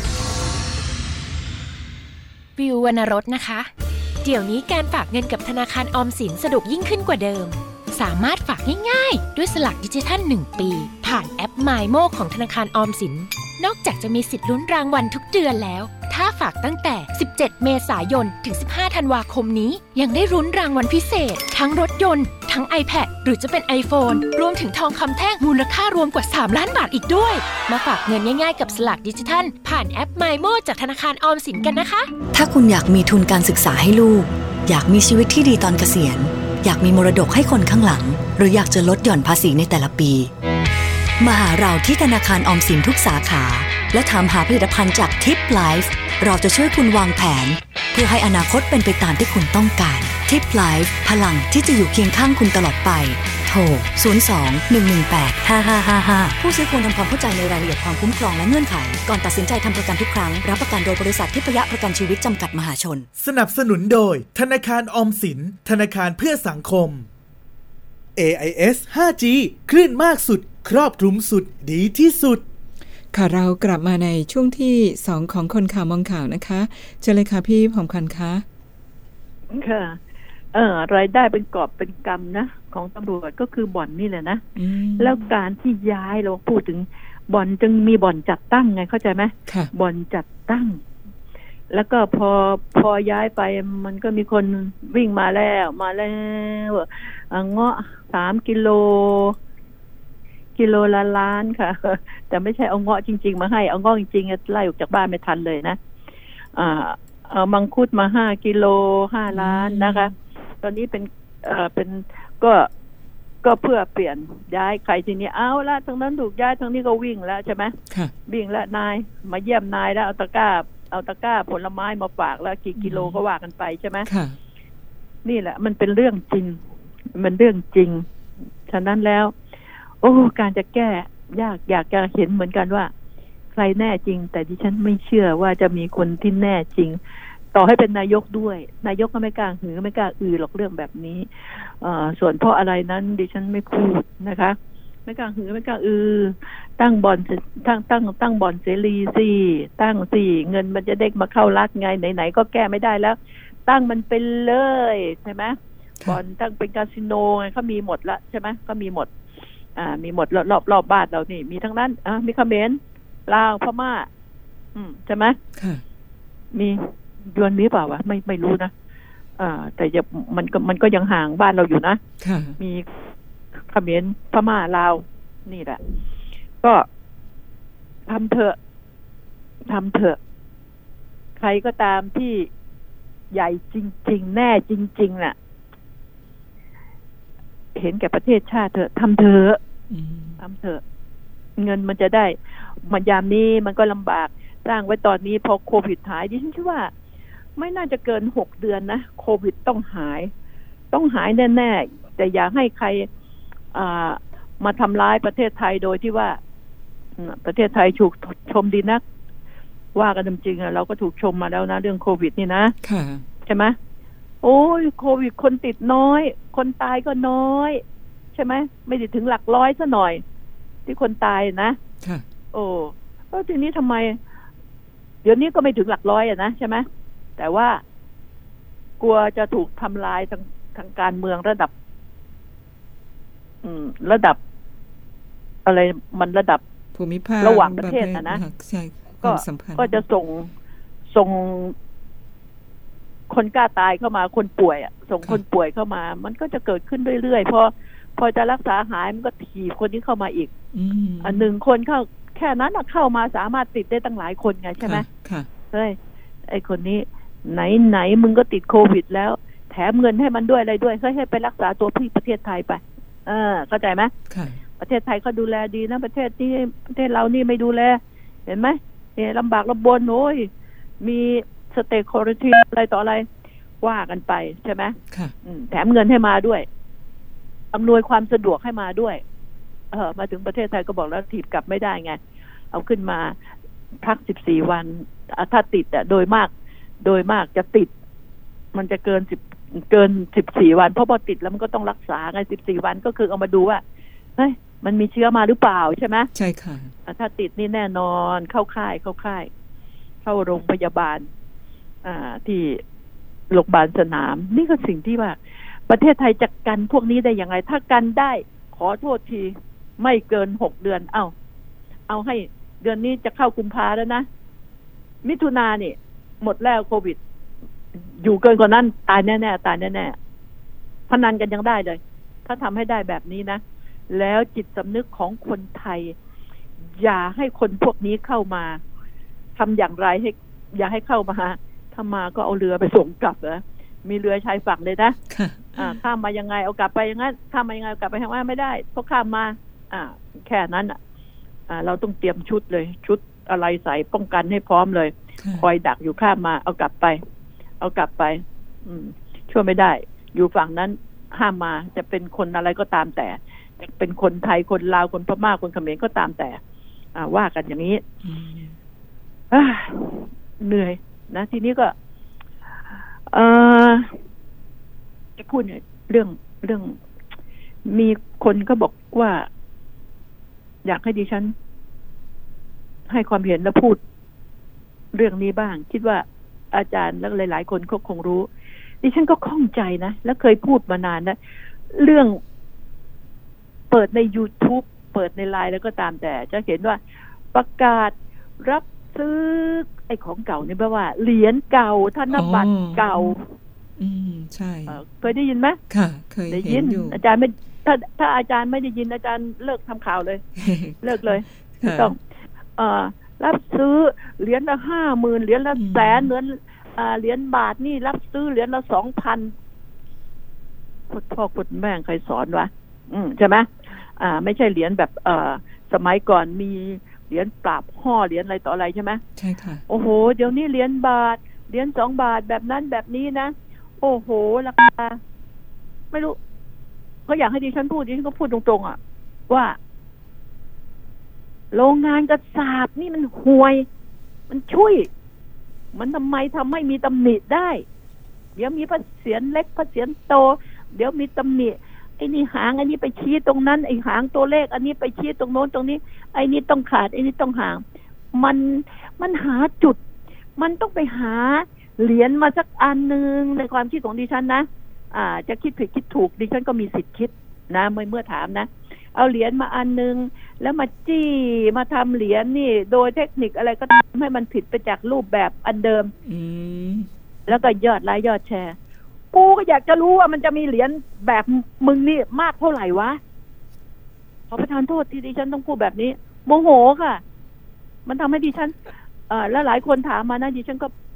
วิววรรณรสนะคะเดี๋ยวนี้การฝากเงินกับธนาคารออมสินสะดวกยิ่งขึ้นกว่าเดิมสามารถฝากง่ายๆด้วยสลักดิจิทัลหนึ่งปีผ่านแอป มายโม ของธนาคารออมสินนอกจากจะมีสิทธิ์ลุ้นรางวัลทุกเดือนแล้วถ้าฝากตั้งแต่สิบเจ็ดเมษายนถึงสิบห้าธันวาคมนี้ยังได้ลุ้นรางวัลพิเศษทั้งรถยนต์ทั้ง iPad หรือจะเป็น iPhone รวมถึงทองคำแท่งมูลค่ารวมกว่าสามล้านบาทอีกด้วยมาฝากเงินง่ายๆกับสลักดิจิทัลผ่านแอป มายโม จากธนาคารออมสินกันนะคะถ้าคุณอยากมีทุนการศึกษาให้ลูกอยากมีชีวิตที่ดีตอนเกษียณอยากมีมรดกให้คนข้างหลังหรืออยากจะลดหย่อนภาษีในแต่ละปีมาหาเราที่ธนาคารออมสินทุกสาขาและถามหาผลิตภัณฑ์จาก ทิป ไลฟ์ เราจะช่วยคุณวางแผนเพื่อให้อนาคตเป็นไปตามที่คุณต้องการ ทิป ไลฟ์ พลังที่จะอยู่เคียงข้างคุณตลอดไปโทรศูนย์ สอง หนึ่ง หนึ่ง แปด ห้า ห้า ห้า ห้าผู้ซื้อควรทำความเข้าใจในรายละเอียดความคุ้มครองและเงื่อนไขก่อนตัดสินใจทำประกันทุกครั้งรับประกันโดยบริษัททิพยประกันชีวิตจำกัดมหาชนสนับสนุนโดยธนาคารออมสินธนาคารเพื่อสังคม เอ ไอ เอส ห้าจี คลื่นมากสุดครอบคลุมสุดดีที่สุดค่ะเรากลับมาในช่วงที่สองของคนข่าวมองข่าวนะคะเชิญเลยค่ะพี่ผ่องพันธุ์คะค่ะเออรายได้เป็นกอบเป็นกำนะของตำรวจก็คือบ่อนนี่แหละนะแล้วการที่ย้ายเราพูดถึงบ่อนจึงมีบ่อนจัดตั้งไงเข้าใจไหมบ่อนจัดตั้งแล้วก็พอพอย้ายไปมันก็มีคนวิ่งมาแล้วมาแล้วเงาะสามกิโลกิโลละล้านค่ะแต่ไม่ใช่เอาเงาะจริงๆมาให้เอาเงาะจริงๆไล่ออกจากบ้านไม่ทันเลยนะอ่าเอามังคุดมาห้ากิโลห้าล้านนะคะตอนนี้เป็นเอ่อเป็นก็ก็เพื่อเปลี่ยนย้ายใครทีนี้เอาละทางนั้นถูกย้ายทางนี้ก็วิ่งแล้วใช่ไหมวิ่งแล้วนายมาเยี่ยมนายแล้วเอาตะกร้าเอาตะกร้าผลไม้มาฝากแล้วกี่กิโลก็ว่ากันไปใช่ไหมนี่แหละมันเป็นเรื่องจริงมันเรื่องจริงฉะนั้นแล้วโอ้การจะแก้ยากอยากจะเห็นเหมือนกันว่าใครแน่จริงแต่ดิฉันไม่เชื่อว่าจะมีคนที่แน่จริงต่อให้เป็นนายกด้วยนายกก็ไม่กล้าหือไม่กล้าอือหรอกเรื่องแบบนี้เอ่อส่วนเพราะอะไรนั้นดิฉันไม่พูดนะคะไม่กล้าหือไม่กล้าอือตั้งบ่อนตั้งตั้งตั้งบ่อนเสรีสิตั้งสิเงินมันจะเด็กมาเข้ารัฐไงไหนๆก็แก้ไม่ได้แล้วตั้งมันเป็นเลยใช่ไหมบ่อนตั้งเป็นคาสิโนไงเขามีหมดละใช่ไหมก็มีหมดอ่ามีหมดรอบรอบบ้านเรานี่มีทั้งนั้นอ่ะมีเขมรลาวพม่าอืมใช่ไหมมียวนมีเปล่าวะไม่ไม่รู้นะอ่าแต่จะมันก็มันก็ยังห่างบ้านเราอยู่นะมีเขมรพม่าลาวนี่แหละก็ทำเถอะทำเถอะใครก็ตามที่ใหญ่จริงๆแน่จริงๆน่ะเห็นแก่ประเทศชาติเถอะทำเถอะทำเถอะเงินมันจะได้มันยามนี้มันก็ลำบากสร้างไว้ตอนนี้พอโควิดหายดิฉันคิดว่าไม่น่าจะเกินหกเดือนนะโควิดต้องหายต้องหายแน่ๆแต่อย่าให้ใครมาทำร้ายประเทศไทยโดยที่ว่าประเทศไทยถูกชมดีนักว่ากันจริงๆเราก็ถูกชมมาแล้วนะเรื่องโควิดนี่นะใช่ไหมโอ้ยโควิดคนติดน้อยคนตายก็น้อยใช่ไหมไม่ได้ถึงหลักร้อยซะหน่อยที่คนตายนะโอ้แล้วทีนี้ทำไมเดี๋ยวนี้ก็ไม่ถึงหลักร้อยอะนะใช่ไหมแต่ว่ากลัวจะถูกทำลายทางทางการเมืองระดับอืมระดับอะไรมันระดับภูมิภาคระหว่างประเทศนะนะก็ก็จะส่งส่งคนกล้าตายเข้ามาคนป่วยอ่ะส่งคนป่วยเข้ามามันก็จะเกิดขึ้นเรื่อยๆพอพอจะรักษาหายมันก็ถีบคนนี้เข้ามาอีกอันหนึ่งคนเข้าแค่นั้นเข้ามาสามารถติดได้ตั้งหลายคนไงใช่ไหมค่ะเฮ้ยไอคนนี้ไหนไหนมึงก็ติดโควิดแล้วแถมเงินให้มันด้วยอะไรด้วยเฮ้ยให้ไปรักษาตัวที่ประเทศไทยไปเออเข้าใจไหมค่ะประเทศไทยเขาดูแลดีนะประเทศนี้ประเทศเรานี่ไม่ดูแลเห็นไหมเนี่ยลำบากลำบนโอ้ยมีสเตย์ควอรันทีนอะไรต่ออะไรว่ากันไปใช่ไหมค่ะแถมเงินให้มาด้วยอำนวยความสะดวกให้มาด้วยเออมาถึงประเทศไทยก็บอกแล้วถีบกลับไม่ได้ไงเอาขึ้นมาพักสิบสี่วันถ้าติดอ่ะโดยมากโดยมากจะติดมันจะเกินสิบเกินสิบสี่วันเพราะพอติดแล้วมันก็ต้องรักษาไงสิบสี่วันก็คือเอามาดูว่าเฮ้ยมันมีเชื้อมาหรือเปล่าใช่ไหมใช่ค่ะถ้าติดนี่แน่นอนเข้าค่ายเข้าค่ายเข้าโรงพยาบาลอ่าที่โรงพยาบาลสนามนี่ก็สิ่งที่ว่าประเทศไทยจะกันพวกนี้ได้อย่างไรถ้ากันได้ขอโทษทีไม่เกินหกเดือนเอ้าเอาให้เดือนนี้จะเข้ากุมภาแล้วนะมิถุนานี่หมดแล้วโควิดอยู่เกินกว่านั้นตายแน่ๆตายแน่ๆพนันกันยังได้เลยถ้าทำให้ได้แบบนี้นะแล้วจิตสำนึกของคนไทยอย่าให้คนพวกนี้เข้ามาทำอย่างไรให้อย่าให้เข้ามาถ้ามาก็เอาเรือไปส่งกลับเหรอมีเรือชายฝั่งเลยนะอ่าข้ามมายังไงเอากลับไปอย่างนั้นข้ามมายังไงเอากลับไปทางว่าไม่ได้เพราะข้ามมาอ่าแค่นั้นอ่ะอ่าเราต้องเตรียมชุดเลยชุดอะไรใส่ป้องกันให้พร้อมเลยคอยดักอยู่ข้ามมาเอากลับไปเอากลับไปอืมช่วยไม่ได้อยู่ฝั่งนั้นข้ามมาจะเป็นคนอะไรก็ตามแต่จะเป็นคนไทยคนลาวคนพม่าคนเขมรก็ตามแต่อ่าว่ากันอย่างนี้เหนื่อยนะทีนี้ก็เอ่อจะพูดเนี่ยเรื่องเรื่องมีคนก็บอกว่าอยากให้ดิฉันให้ความเห็นและพูดเรื่องนี้บ้างคิดว่าอาจารย์และหลายๆคนก็คงรู้ดิฉันก็ข้องใจนะและเคยพูดมานานนะเรื่องเปิดใน YouTube เปิดใน ไลน์ แล้วก็ตามแต่จะเห็นว่าประกาศรับซื้อไอ้ของเก่านี่แปลว่าเหรียญเก่าธนบัตรเก่าอืมใช่เคยได้ยินไหมค่ะเคยเห็นอยู่อาจารย์ไม่ถ้าถ้าอาจารย์ไม่ได้ยินอาจารย์เลิกทำข่าวเลยเลิกเลยไม่ต้องเอ่อรับซื้อเหรียญละห้าหมื่นเหรียญละแสนเหรียญอ่าเหรียญบาทนี่รับซื้อเหรียญละสองพันคุณพ่อคุณแม่ใครสอนวะอืมใช่ไหมอ่าไม่ใช่เหรียญแบบเอ่อสมัยก่อนมีเหรียญปราบห่อเหรียญอะไรต่ออะไรใช่ไหมใช่ค่ะโอ้โหเดี๋ยวนี้เหรียญบาทเหรียญสองบาทแบบนั้นแบบนี้นะโอ้โหราคาไม่รู้เขาอยากให้ดิฉันพูดดิฉันก็พูดตรงๆอ่ะว่าโรงงานกระสาบนี่มันห่วยมันช่วยมันทำไมทำให้มีตำหนิได้เดี๋ยวมีพระเศียรเล็กพระเศียรโตเดี๋ยวมีตำหนิไอ้นี่หางอันนี้ไปชี้ตรงนั้นไอ้หางตัวเลขอันนี้ไปชี้ตรงโน้นตรงนี้ไอ้นี่ต้องขาดไอ้นี่ต้องห่างมันมันหาจุดมันต้องไปหาเหรียญมาสักอันนึงในความคิดของดิฉันนะอ่าจะคิดผิดคิดถูกดิฉันก็มีสิทธิ์คิดนะเมื่อเมื่อถามนะเอาเหรียญมาอันนึงแล้วมาจี้มาทำเหรียญนี่โดยเทคนิคอะไรก็ทำให้มันผิดไปจากรูปแบบอันเดิมแล้วก็ยอดไลค์ยอดแชร์กูก็อยากจะรู้ว่ามันจะมีเหรียญแบบมึงนี่มากเท่าไหร่วะขอประทานโทษที่ดิฉันต้องพูดแบบนี้โมโหค่ะมันทำให้ดิฉันเอ่อและหลายคนถามมานะดิฉันก็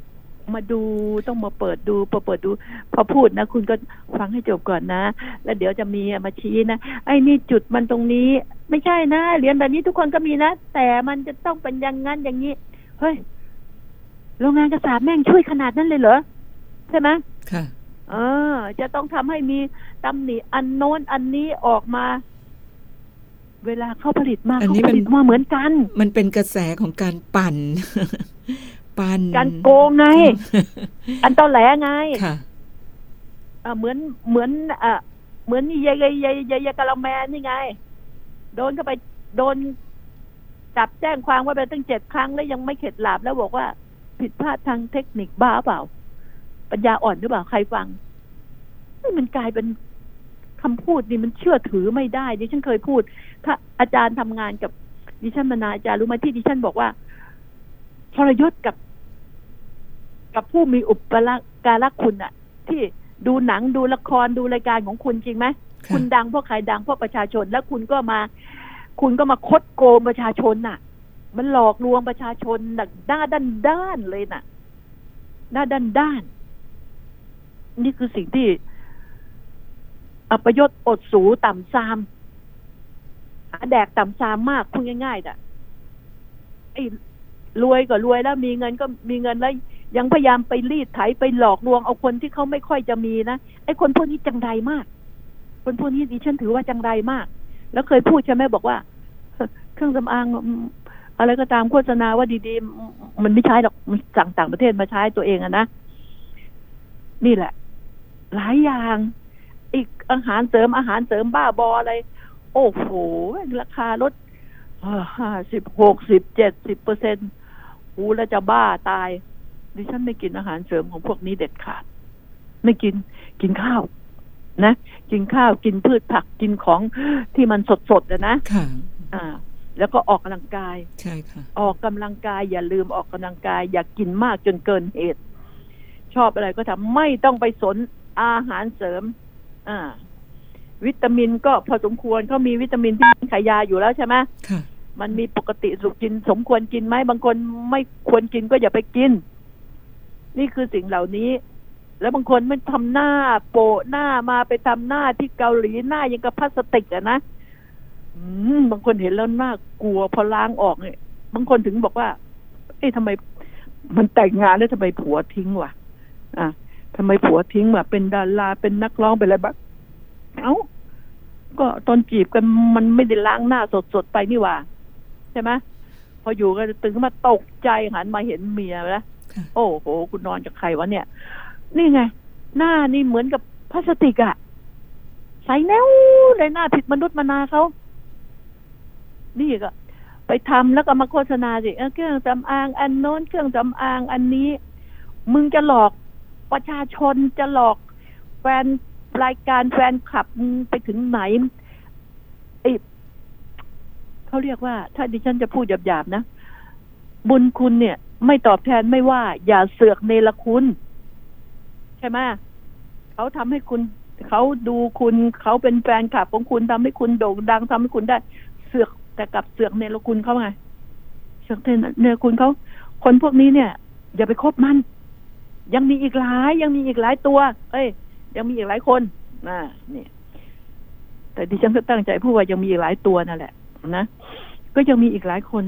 มาดูต้องมาเปิดดูพอเปิดดูพอพูดนะคุณก็ฟังให้จบก่อนนะแล้วเดี๋ยวจะมีมาชี้นะไอ้นี่จุดมันตรงนี้ไม่ใช่นะเหรียญแบบนี้ทุกคนก็มีนะแต่มันจะต้องเป็นอย่างงั้นอย่างนี้เฮ้ยโรงงานกระสาบแม่งช่วยขนาดนั้นเลยเหรอใช่ไหมค่ะเออจะต้องทำให้มีตำหนิอันโน้นอันนี้ออกมาเวลาเขาผลิตมาเขาผลิตมาเหมือนกันมันเป็นกระแสของการปั่นปั่นการโกงไงอันตอแหลไงค่ะอ่าเหมือนเหมือนอ่ะเหมือนยายยายยายยายกะละแมนี่ไงโดนเข้าไปโดนจับแจ้งความว่าไปตั้งเจ็ดครั้งแล้วยังไม่เข็ดหลาบแล้วบอกว่าผิดพลาดทางเทคนิคบ้าเปล่าปัญญาอ่อนหรือเปล่าใครฟังนี่มันกลายเป็นคำพูดนี่มันเชื่อถือไม่ได้ดิฉันเคยพูดถ้าอาจารย์ทำงานกับดิฉันมานานอาจารย์รู้ไหมที่ดิฉันบอกว่าทรยศกับกับผู้มีอุปการะคุณอะที่ดูหนังดูละครดูรายการของคุณจริงไหมคุณดังเพราะใครดังเพราะประชาชนแล้วคุณก็มาคุณก็มาคดโกงประชาชนน่ะมันหลอกลวงประชาชนหนักด้าด้านด้านเลยน่ะหน้าด้านด้านนี่คือสิ่งที่อัปยศอดสูต่ำซามแดกต่ำซามมากพูดง่ายๆน่ะไอ้รวยก็รวยแล้วมีเงินก็มีเงินแล้วยังพยายามไปรีดไถไปหลอกลวงเอาคนที่เขาไม่ค่อยจะมีนะไอ้คนพวกนี้จังไรมากคนพวกนี้ดิฉันถือว่าจังไรมากแล้วเคยพูดใช่ไหมบอกว่าเครื่องสำอางอะไรก็ตามโฆษณาว่าดีๆมันไม่ใช้หรอกมันสั่งต่างประเทศมาใช้ตัวเองอะนะนี่แหละหลายอย่างอีกอาหารเสริมอาหารเสริมบ้าบออะไรโอ้โหราคาลดห้าสิบหกสิบเจ็ดสิบเปอร์เซ็นต์หูแล้วจะบ้าตายดิฉันไม่กินอาหารเสริมของพวกนี้เด็ดขาดไม่กินกินข้าวนะกินข้าวกินพืชผักกินของที่มันสดๆนะนะค่ะอ่าแล้วก็ออกกำลังกายใช่ค่ะออกกำลังกายอย่าลืมออกกำลังกายอย่ากินมากจนเกินเหตุชอบอะไรก็ทำไม่ต้องไปสนอาหารเสริมอ่าวิตามินก็พอสมควรเขามีวิตามินที่ขายยาอยู่แล้วใช่ไหมค่ะมันมีปกติสุขกินสมควรกินไหมบางคนไม่ควรกินก็อย่าไปกินนี่คือสิ่งเหล่านี้แล้วบางคนมันทำหน้าโปะหน้ามาไปทำหน้าที่เกาหลีหน้ายังกับพลาสติกอะนะอืมบางคนเห็นแล้วน่ากลัวพอล้างออกเนี่ยบางคนถึงบอกว่าเอ๊ะทำไมมันแต่งงานแล้วทำไมผัวทิ้งวะอ่ะทำไมผัวทิ้งวะเป็นดาราเป็นนักร้องเป็นอะไรบ้างเอ้าก็ตอนจีบกันมันไม่ได้ล้างหน้าสดๆไปนี่หว่าใช่ไหมพออยู่กันตึงขึ้นมาตกใจหันมาเห็นเมียแล้วโอ้โหคุณนอนกับใครวะเนี่ยนี่ไงหน้านี่เหมือนกับพลาสติกอะใสแนวเลยหน้าผิดมนุษย์มนาเขานี่ก็ไปทำแล้วก็มาโฆษณาสิเครื่องสำอางอันโน้นเครื่องสำอางอันนี้มึงจะหลอกประชาชนจะหลอกแฟนรายการแฟนคลับไปถึงไหนไอ้เขาเรียกว่าถ้าดิฉันจะพูดหยาบๆนะบุญคุณเนี่ยไม่ตอบแทนไม่ว่าอย่าเสือกเนรคุณใช่ไหมเขาทำให้คุณเขาดูคุณเขาเป็นแฟนคลับของคุณทำให้คุณโด่งดังทำให้คุณได้เสือกแต่กับเสือกเนรคุณเขาไงเสือกเนรคุณเขาคนพวกนี้เนี่ยอย่าไปคบมันยังมีอีกหลายยังมีอีกหลายตัวเอ้ยยังมีอีกหลายคนน่ะนี่แต่ดิฉันก็ตั้งใจพูดว่ายังมีอีกหลายตัวนั่นแหละนะก็ยังมีอีกหลายคน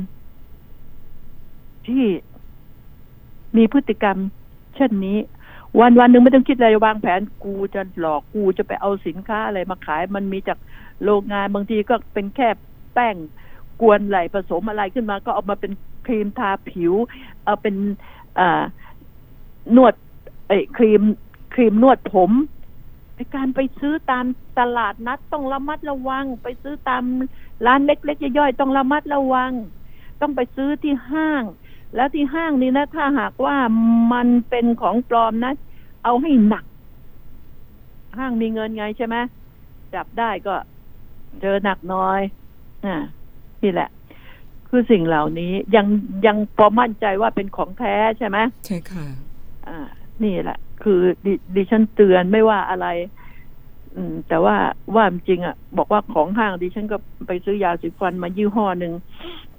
ที่มีพฤติกรรมเช่นนี้วันวันหนึ่งไม่ต้องคิดอะไรวางแผนกูจะหลอกกูจะไปเอาสินค้าอะไรมาขายมันมีจากโรงงานบางทีก็เป็นแค่แป้งกวนไหลผสมอะไรขึ้นมาก็เอามาเป็นครีมทาผิวเอาเป็นอ่านวดไอ้ครีมครีมนวดผมในการไปซื้อตามตลาดนัดต้องระมัดระวังไปซื้อตามร้านเล็กๆย่อยๆต้องระมัดระวังต้องไปซื้อที่ห้างแล้วที่ห้างนี้นะถ้าหากว่ามันเป็นของปลอมนะเอาให้หนักห้างมีเงินไงใช่ไหมจับได้ก็เจอหนักน้อยอ่านี่แหละคือสิ่งเหล่านี้ยังยังพอมั่นใจว่าเป็นของแท้ใช่ไหมใช่ค่ะอ่านี่แหละคือดิดิฉันเตือนไม่ว่าอะไรอืมแต่ว่าว่าจริงอ่ะบอกว่าของห้างดิฉันก็ไปซื้อยาสีฟันมายี่ห้อหนึ่ง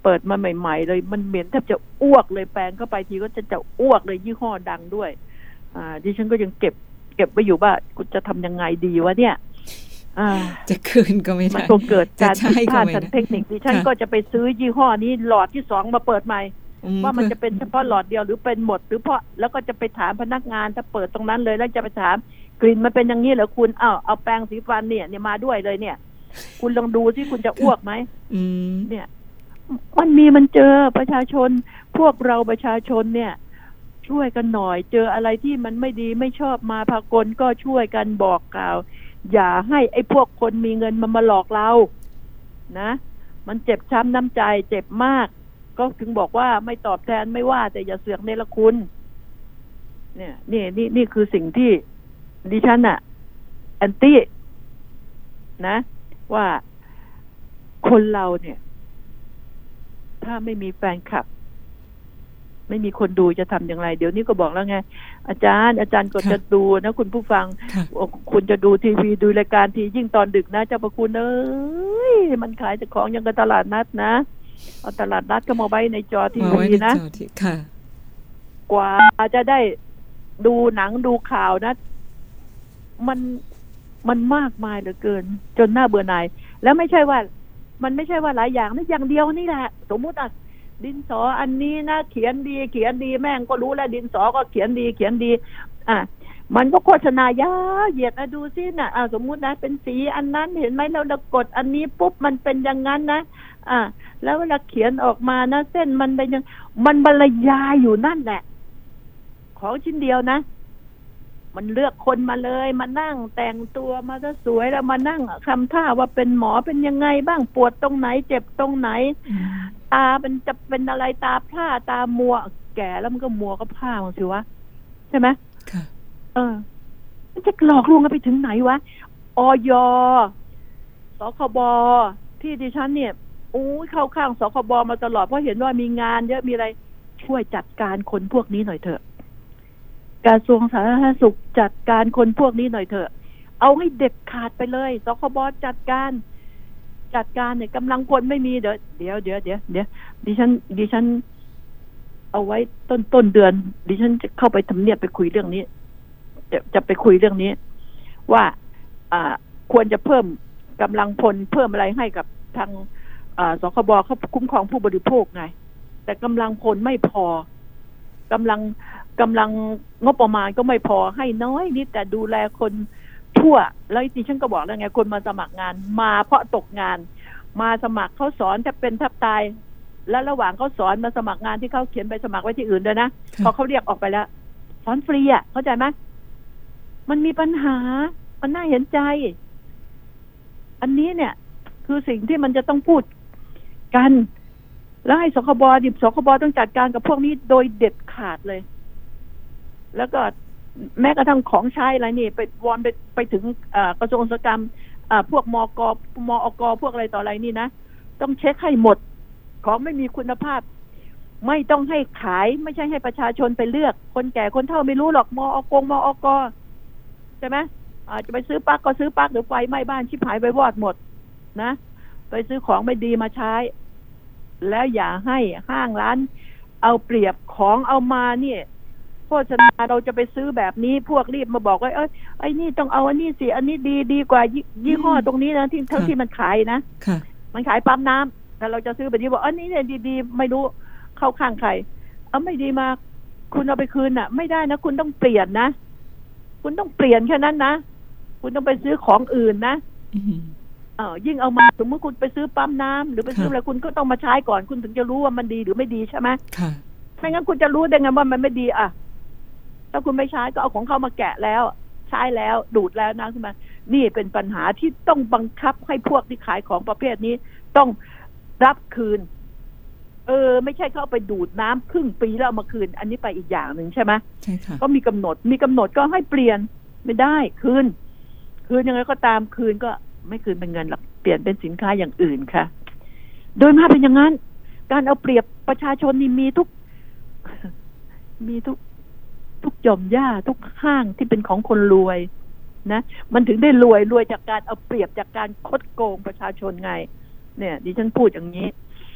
เปิดมาใหม่ๆเลยมันเหม็นแทบจะอ้วกเลยแปรงเข้าไปทีก็จะจะอ้วกเลยยี่ห้อดังด้วยอ่าดิฉันก็ยังเก็บเก็บไว้อยู่ว่ากูจะทำยังไงดีวะเนี่ยจะคืนก็ไม่ได้มันคงเกิดการผิดพลาดทางเทคนิคดิฉันก็จะไปซื้อยี่ห้อนี้หลอดที่สองมาเปิดใหม่ว่ามันจะเป็นเฉพาะหลอดเดียวหรือเป็นหมดหรือเพราะแล้วก็จะไปถามพนักงานถ้าเปิดตรงนั้นเลยแล้วจะไปถามกลิ่นมันเป็นอย่างนี้เหรอคุณอ้าวเอาแปรงสีฟันเนี่ยเนี่ยมาด้วยเลยเนี่ยคุณลองดูสิคุณจะอ้วกไหมเนี่ยมันมีมันเจอประชาชนพวกเราประชาชนเนี่ยช่วยกันหน่อยเจออะไรที่มันไม่ดีไม่ชอบมาพากลก็ช่วยกันบอกกล่าวอย่าให้ไอ้พวกคนมีเงินมันมาหลอกเรานะมันเจ็บช้ำน้ำใจเจ็บมากก็ถึงบอกว่าไม่ตอบแทนไม่ว่าแต่อย่าเสือกเนรคุณเนี่ยนี่นี่นี่คือสิ่งที่ดิฉันอะแอนตี้นะว่าคนเราเนี่ยถ้าไม่มีแฟนคลับไม่มีคนดูจะทำอย่างไรเดี๋ยวนี้ก็บอกแล้วไงอาจารย์อาจารย์กดจะดูนะคุณผู้ฟังคุณจะดูทีวีดูรายการทียิ่งตอนดึกนะเจ้าประคุณเอ้ยมันขายแต่ของยังกับตลาดนัดนะเอาตลาดนัดก็มาไว้ในจอทีวีนะกว่าจะได้ดูหนังดูข่าวนะมันมันมากมายเหลือเกินจนน่าเบื่อหน่ายแล้วไม่ใช่ว่ามันไม่ใช่ว่าหลายอย่างนะอย่างเดียวนี่แหละสมมุติอ่ะดินสออันนี้นะเขียนดีเขียนดีแม่งก็รู้แล้วดินสอก็เขียนดีเขียนดีอ่ะมันก็โฆษณายาเหยียดนะดูสินะอ่ะสมมุตินะเป็นสีอันนั้นเห็นไหมเราเรากดอันนี้ปุ๊บมันเป็นอย่างนั้นนะอ่ะแล้วเวลาเขียนออกมานะเส้นมันเป็นยังมันบรรยายอยู่นั่นแหละของชิ้นเดียวนะมันเลือกคนมาเลยมานั่งแต่งตัวมาซะสวยแล้วมานั่งทำท่าว่าเป็นหมอเป็นยังไงบ้างปวดตรงไหนเจ็บตรงไหนตาเป็นจะเป็นอะไรตาพร่าตามัวแก่แล้วมันก็มัวก็พร่ามันสิวะใช่ไหมค่ะเออมันจะหลอกลวงกันไปถึงไหนวะอย.สคบที่ดิฉันเนี่ยโอ้เข้าข้างสคบมาตลอดเพราะเห็นว่ามีงานเยอะมีอะไรช่วยจัดการคนพวกนี้หน่อยเถอะกระทรวงสาธารณสุขจัดการคนพวกนี้หน่อยเถอะเอาให้เด็ดขาดไปเลยสคบจัดการจัดการเนี่ยกำลังคนไม่มีเดี๋ยวเดี๋ยวเดี๋ยวเดี๋ยวเดี๋ยวดิฉันดิฉันเอาไว้ต้นต้นเดือนดิฉันจะเข้าไปทำเนียบไปคุยเรื่องนี้จะจะไปคุยเรื่องนี้ว่าอ่าควรจะเพิ่มกำลังพลเพิ่มอะไรให้กับทางอ่าสคบเขาคุ้มครองผู้บริโภคไงแต่กำลังพลไม่พอกำลังกำลังงบประมาณก็ไม่พอให้น้อยนิดแต่ดูแลคนทั่วแล้วดิฉันก็บอกแล้วไงคนมาสมัครงานมาเพราะตกงานมาสมัครเขาสอนจะเป็นทับตายแล้วระหว่างเขาสอนมาสมัครงานที่เขาเขียนไปสมัครไว้ที่อื่นด้วยนะพอเขาเรียกออกไปแล้วสอนฟรีอ่ะเข้าใจไหมมันมีปัญหามันน่าเห็นใจอันนี้เนี่ยคือสิ่งที่มันจะต้องพูดกันแล้วให้สคบดิบสคบต้องจัดการกับพวกนี้โดยเด็ดขาดเลยแล้วก็แม้กระทั่งของใช้อะไรนี่ไปวอนไปไปถึงกระทรวงอุตสาหกรรมพวกมกมอกพวกอะไรต่ออะไรนี่นะต้องเช็คให้หมดของไม่มีคุณภาพไม่ต้องให้ขายไม่ใช่ให้ประชาชนไปเลือกคนแก่คนเฒ่าไม่รู้หรอกมอกงมอกใช่ไหมอาจจะไปซื้อปลั๊กก็ซื้อปลั๊กเดี๋ยวไฟไหม้บ้านชิบหายไปวอดหมดนะไปซื้อของไม่ดีมาใช้แล้วอย่าให้ห้างร้านเอาเปรียบของเอามาเนี่ยโฆษณาเราจะไปซื้อแบบนี้พวกรีบมาบอกว่าเอ้ยไอ้นี่ต้องเอาอันนี้สิอันนี้ดีดีกว่ายี่ห้อตรงนี้นะที่เท่าที่มันขายนะมันขายปั๊มน้ำแต่เราจะซื้อแบบนี้บอกอันนี้เนี่ยดีๆไม่รู้เข้าข้างใครเอาไม่ดีมาคุณเอาไปคืนน่ะไม่ได้นะคุณต้องเปลี่ยนนะคุณต้องเปลี่ยนแค่นั้นนะคุณต้องไปซื้อของอื่นนะเออยิ่งเอามาสมมติคุณไปซื้อปั๊มน้ำหรือไปซื้ออะไรคุณก็ต้องมาใช้ก่อนคุณถึงจะรู้ว่ามันดีหรือไม่ดีใช่ไหมไม่งั้นคุณจะรู้ได้ไงว่ามันไม่ดีอ่ะถ้าคุณไม่ใช้ก็เอาของเขามาแกะแล้วใช้แล้วดูดแล้วนะขึ้นมานี่เป็นปัญหาที่ต้องบังคับให้พวกที่ขายของประเภทนี้ต้องรับคืนเออไม่ใช่เขาไปดูดน้ำครึ่งปีแล้วเอามาคืนอันนี้ไปอีกอย่างหนึ่งใช่ไหมใช่ค่ะก็มีกำหนดมีกำหนดก็ให้เปลี่ยนไม่ได้คืนคืนยังไงก็ตามคืนก็ไม่คืนเป็นเงินหรอกเปลี่ยนเป็นสินค้าอย่างอื่นค่ะโดยมากเป็นอย่างนั้นการเอาเปรียบประชาชนนี่มีทุกมีทุกทุกหย่อมหญ้าทุกห้างที่เป็นของคนรวยนะมันถึงได้รวยรวยจากการเอาเปรียบจากการคดโกงประชาชนไงเนี่ยดิฉันพูดอย่างนี้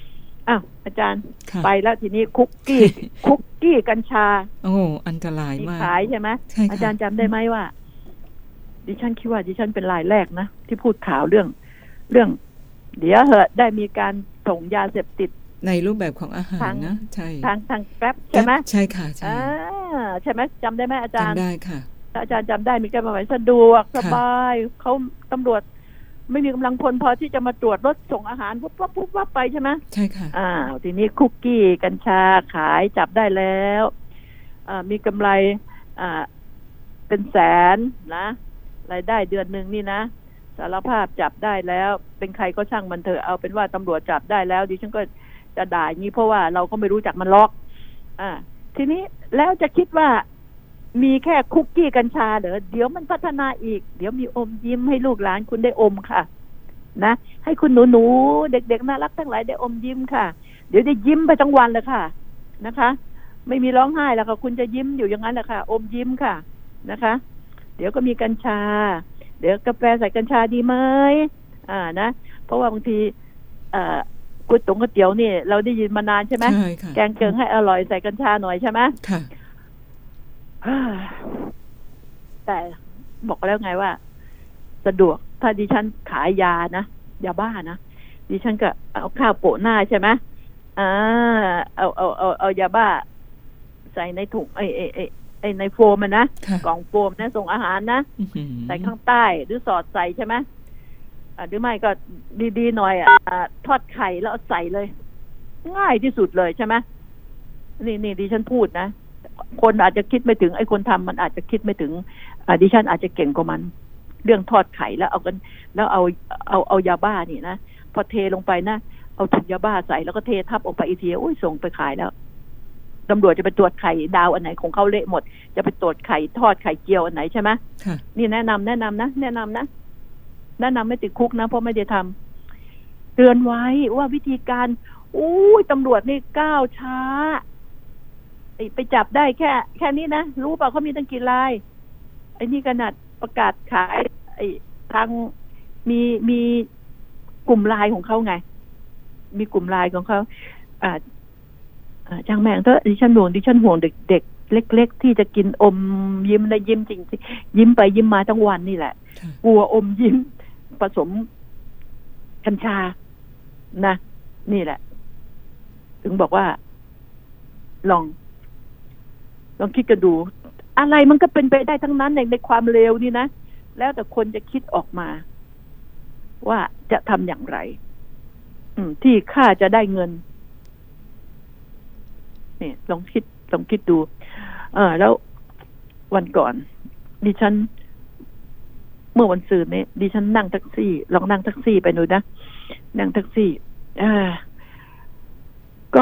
อ้าวอาจารย์ไปแล้วทีนี้คุกกี้ คุกกี้กัญชาโอ้อันตรายมากขายใช่ไหมอาจารย์จำได้ไหมว่าดิฉันคิดว่าดิฉันเป็นรายแรกนะที่พูดข่าวเรื่องเรื่องเดี๋ยวเหอะได้มีการส่งยาเสพติดในรูปแบบของอาหารนะใช่ทางทางแกร็บใช่ไหมใช่ค่ะใช่ใช่ไหมจำได้ไหมอาจารย์จำได้ค่ะอาจารย์จำได้มีการมาหมายสะดวกสบายเขาตำรวจไม่มีกำลังพลพอที่จะมาตรวจรถส่งอาหารปุ๊บปั๊บปุ๊บปั๊บไปใช่ไหมใช่ค่ะอ่าทีนี้คุกกี้กัญชาขายจับได้แล้วอ่ามีกำไรอ่าเป็นแสนนะรายได้เดือนหนึ่งนี่นะสารภาพจับได้แล้วเป็นใครก็ช่างมันเถอะเอาเป็นว่าตำรวจจับได้แล้วดิฉันก็จะด่าอย่างนี้เพราะว่าเราก็ไม่รู้จักมันล็อกอ่าทีนี้แล้วจะคิดว่ามีแค่คุกกี้กัญชาเหรอเดี๋ยวมันพัฒนาอีกเดี๋ยวมีอมยิ้มให้ลูกหลานคุณได้อมค่ะนะให้คุณหนูๆเด็กๆน่ารักทั้งหลายได้อมยิ้มค่ะเดี๋ยวได้ยิ้มไปทั้งวันเลยค่ะนะคะไม่มีร้องไห้แล้วค่ะคุณจะยิ้มอยู่อย่างนั้นแหละค่ะอมยิ้มค่ะนะคะเดี๋ยวก็มีกัญชาเดี๋ยวกาแฟใส่กัญชาดีไหมอ่านะเพราะว่าบางทีอ่าก๋วยต๋งก๋วยเตี๋ยวนี่เราได้ยินมานานใช่ไหมแกงเกิงให้อร่อยใส่กัญชาหน่อยใช่ไหมค่ะแต่บอกแล้วไงว่าสะดวกถ้าดิฉันขายยานะยาบ้านะดิฉันก็เอาข้าวโปะหน้าใช่ไหมอ่าเอาเอาเอาเอายาบ้าใส่ในถุงไอ้ไอ้ไอ้ไอ้ในโฟมมันนะกล่องโฟมนะส่งอาหารนะใส่ข้างใต้หรือสอดใส่ใช่ไหมอ่าหรือไม่ก็ดีๆหน่อยอ่ะทอดไข่แล้วเอาใส่เลยง่ายที่สุดเลยใช่ไหมนี่นี่ดิฉันพูดนะคนอาจจะคิดไม่ถึงไอ้คนทำมันอาจจะคิดไม่ถึงดิฉันอาจจะเก่งกว่ามันเรื่องทอดไข่แล้วเอากันแล้วเอาเอาเอายาบ้านี่นะพอเทลงไปนะเอาถุงยาบ้าใส่แล้วก็เททับออกไปอีกทีโอ้ยส่งไปขายแล้วตำรวจจะไปตรวจไข่ดาวอันไหนของเขาเละหมดจะไปตรวจไข่ทอดไข่เจียวอันไหนใช่ไหมนี่แนะนำแนะนำนะแนะนำนะแนะนำไม่ติดคุกนะเพราะไม่ได้ทำเตือนไว้ว่าวิธีการอู้ยตำรวจนี่ก้าวช้าไปจับได้แค่แค่นี้นะรู้เปล่าเขามีตั้งกี่รายไอ้นี่ขนาดประกาศขายไอ้ทางมีมีกลุ่มไลน์ของเขาไงมีกลุ่มไลน์ของเขาอ่าอ่าช่างแม่งเถอะดิฉันห่วงดิฉันห่วงเด็กๆเล็กๆที่จะกินอมยิ้มและยิ้มจริงๆยิ้มไปยิ้มมาทั้งวันนี่แหละกลัวอมยิ้มผสมกัญชานะนี่แหละถึงบอกว่าลองลองคิดกันดูอะไรมันก็เป็นไปได้ทั้งนั้นในในความเร็วนี่นะแล้วแต่คนจะคิดออกมาว่าจะทำอย่างไรอืมที่ข้าจะได้เงินนี่ลองคิดลองคิดดูเออแล้ววันก่อนดิฉันเมื่อวันศุกร์นี้ดิฉันนั่งแท็กซี่ลองนั่งแท็กซี่ไปดูนะนั่งแท็กซี่อ่าก็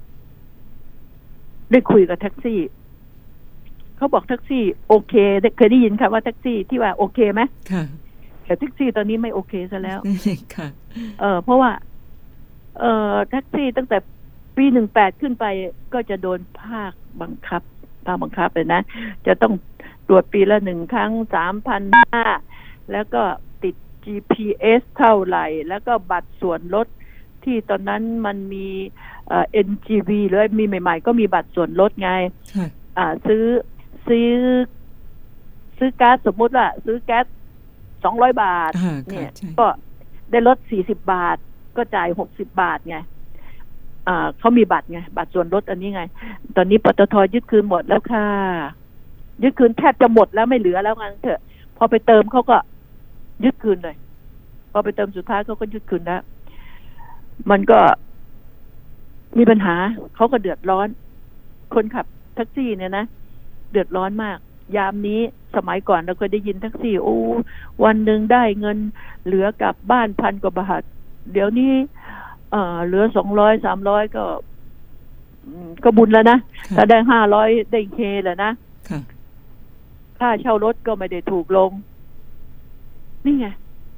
ได้คุยกับแท็กซี่เขาบอกแท็กซี่โอเคได้เคยได้ยินค่ะว่าแท็กซี่ที่ว่าโอเคไหมค่ะแต่แท็กซี่ตอนนี้ไม่โอเคซะแล้วค่ะเออเพราะว่าเออแท็กซี่ตั้งแต่ปีหนึ่งแปดขึ้นไปก็จะโดนภาคบังคับภาคบังคับเลยนะจะต้องตรวจปีละหนึ่งครั้งสามพันห้าแล้วก็ติด จี พี เอส เท่าไหร่แล้วก็บัตรส่วนลดที่ตอนนั้นมันมีเอ่อ เอ็น จี วี หรือมีใหม่ๆก็มีบัตรส่วนลดไงอ่าซื้อซื้อซื้อก๊าซสมมติว่าซื้อแก๊สสองร้อยบาทเนี่ยก็ได้ลดสี่สิบบาทก็จ่ายหกสิบบาทไงอ่าเขามีบัตรไงบัตรส่วนลดอันนี้ไงตอนนี้ปตท.ยึดคืนหมดแล้วค่ะยึดคืนแทบจะหมดแล้วไม่เหลือแล้วงั้นเถอะพอไปเติมเขาก็ยึดคืนเลยพอไปเติมสุดท้ายเขาก็ยึดคืนแล้วมันก็มีปัญหาเขาก็เดือดร้อนคนขับแท็กซี่เนี่ยนะเดือดร้อนมากยามนี้สมัยก่อนเราเคยได้ยินแท็กซี่โอ้วันหนึ่งได้เงินเหลือกลับบ้านพันกว่าบาทเดี๋ยวนี้เอ่อเหลือสองร้อยสามร้อยก็ก็บุญแล้วนะถ้าได้ห้าร้อยได้เคแล้วนะค่าเช่ารถก็ไม่ได้ถูกลงนี่ไง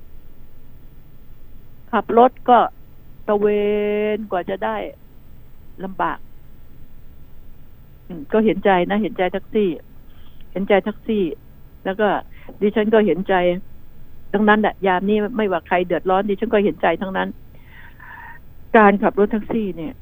ขับรถก็ตะเวนกว่าจะได้ลำบากก็เห็นใจนะเห็นใจแท็กซี่เห็นใจแท็กซี่แล้วก็ดิฉันก็เห็นใจทั้งนั้นแหละยามนี้ไม่ว่าใครเดือดร้อนดิฉันก็เห็นใจทั้งนั้นการขับรถแท็กซี่เนี่ย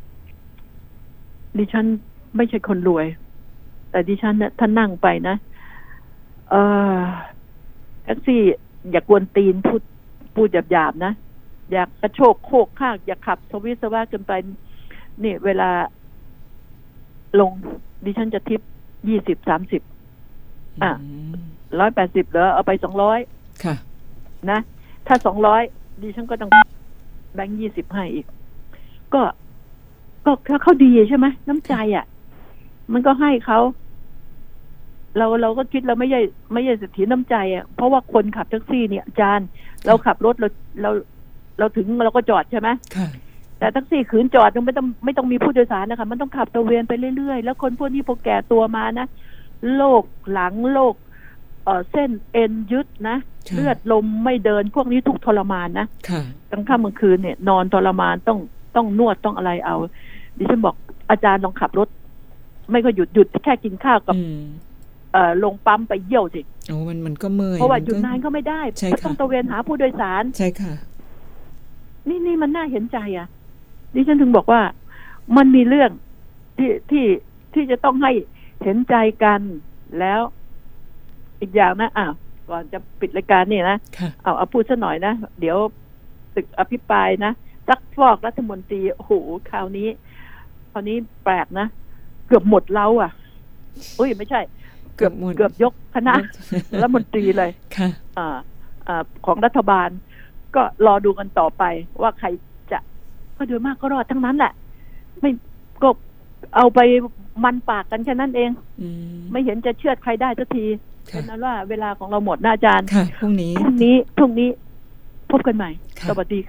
ดิฉันไม่ใช่คนรวยแต่ดิฉันเนี่ยถ้านั่งไปนะเออแท็กซี่อย่ากวนตีนพูดพูดหยาบๆนะอยากกระโชกโคกข้างอยากขับสวิสวาเกินไปนี่เวลาลงดิฉันจะทิปยี่สิบสามสิบอ่ะร้อยแปดสิบเหรอเอาไปสองร้อยค่ะนะถ้าสองร้อยดิฉันก็ต้องแบงค์ยี่สิบให้อีกก็ก็ถ้าเขาดีใช่ไหมน้ำใจอ่ะมันก็ให้เขาเราเราก็คิดเราไม่ใช่ไม่ใช่เศรษฐีน้ำใจอ่ะเพราะว่าคนขับแท็กซี่เนี่ยอาจารย์เราขับรถเราเราเราถึงเราก็จอดใช่ไหมแต่แท็กซี่ขืนจอดไม่ต้องไม่ต้องมีผู้โดยสารนะคะมันต้องขับตระเวนไปเรื่อยๆแล้วคนพวกนี้พอแก่ตัวมานะโรคหลังโรคเอ่อเส้นเอ็นยึดนะเลือดลมไม่เดินพวกนี้ทุกทรมานนะกลางค่ำกลางคืนเนี่ยนอนทรมานต้องต้องนวดต้องอะไรเอาดิฉันบอกอาจารย์ลองขับรถไม่ก็หยุดหยุดแค่กินข้าวกับเอ่อลงปั๊มไปเยี่ยวสิโอ้มันมันก็เมื่อยเพราะว่าหยุดนานก็ไม่ได้ต้องตระเวนหาผู้โดยสารใช่ค่ะนี่นี่มันน่าเห็นใจอ่ะดิฉันถึงบอกว่ามันมีเรื่องที่ที่ที่จะต้องให้เห็นใจกันแล้วอีกอย่างนะอ้าวก่อนจะปิดรายการนี่นะเอาเอาพูดซะหน่อยนะเดี๋ยวตึกอภิปรายนะซักฟอกรัฐมนตรีโอ้โหคราวนี้คราวนี้แปลกนะเกือบหมดเล้าอ่ะอุ้ยไม่ใช่เกือบเกือบยกคณะรัฐมนตรีเลยค่ะอ่าอ่าของรัฐบาลก็รอดูกันต่อไปว่าใครจะก็โดยมากก็รอดทั้งนั้นแหละไม่ก็เอาไปมันปากกันแค่นั้นเองไม่เห็นจะเชื่อใครได้สักทีเป็นนั้นว่าเวลาของเราหมดนะอาจารย์ค่ะพรุ่งนี้พรุ่งนี้พรุ่งนี้พบกันใหม่สวัสดี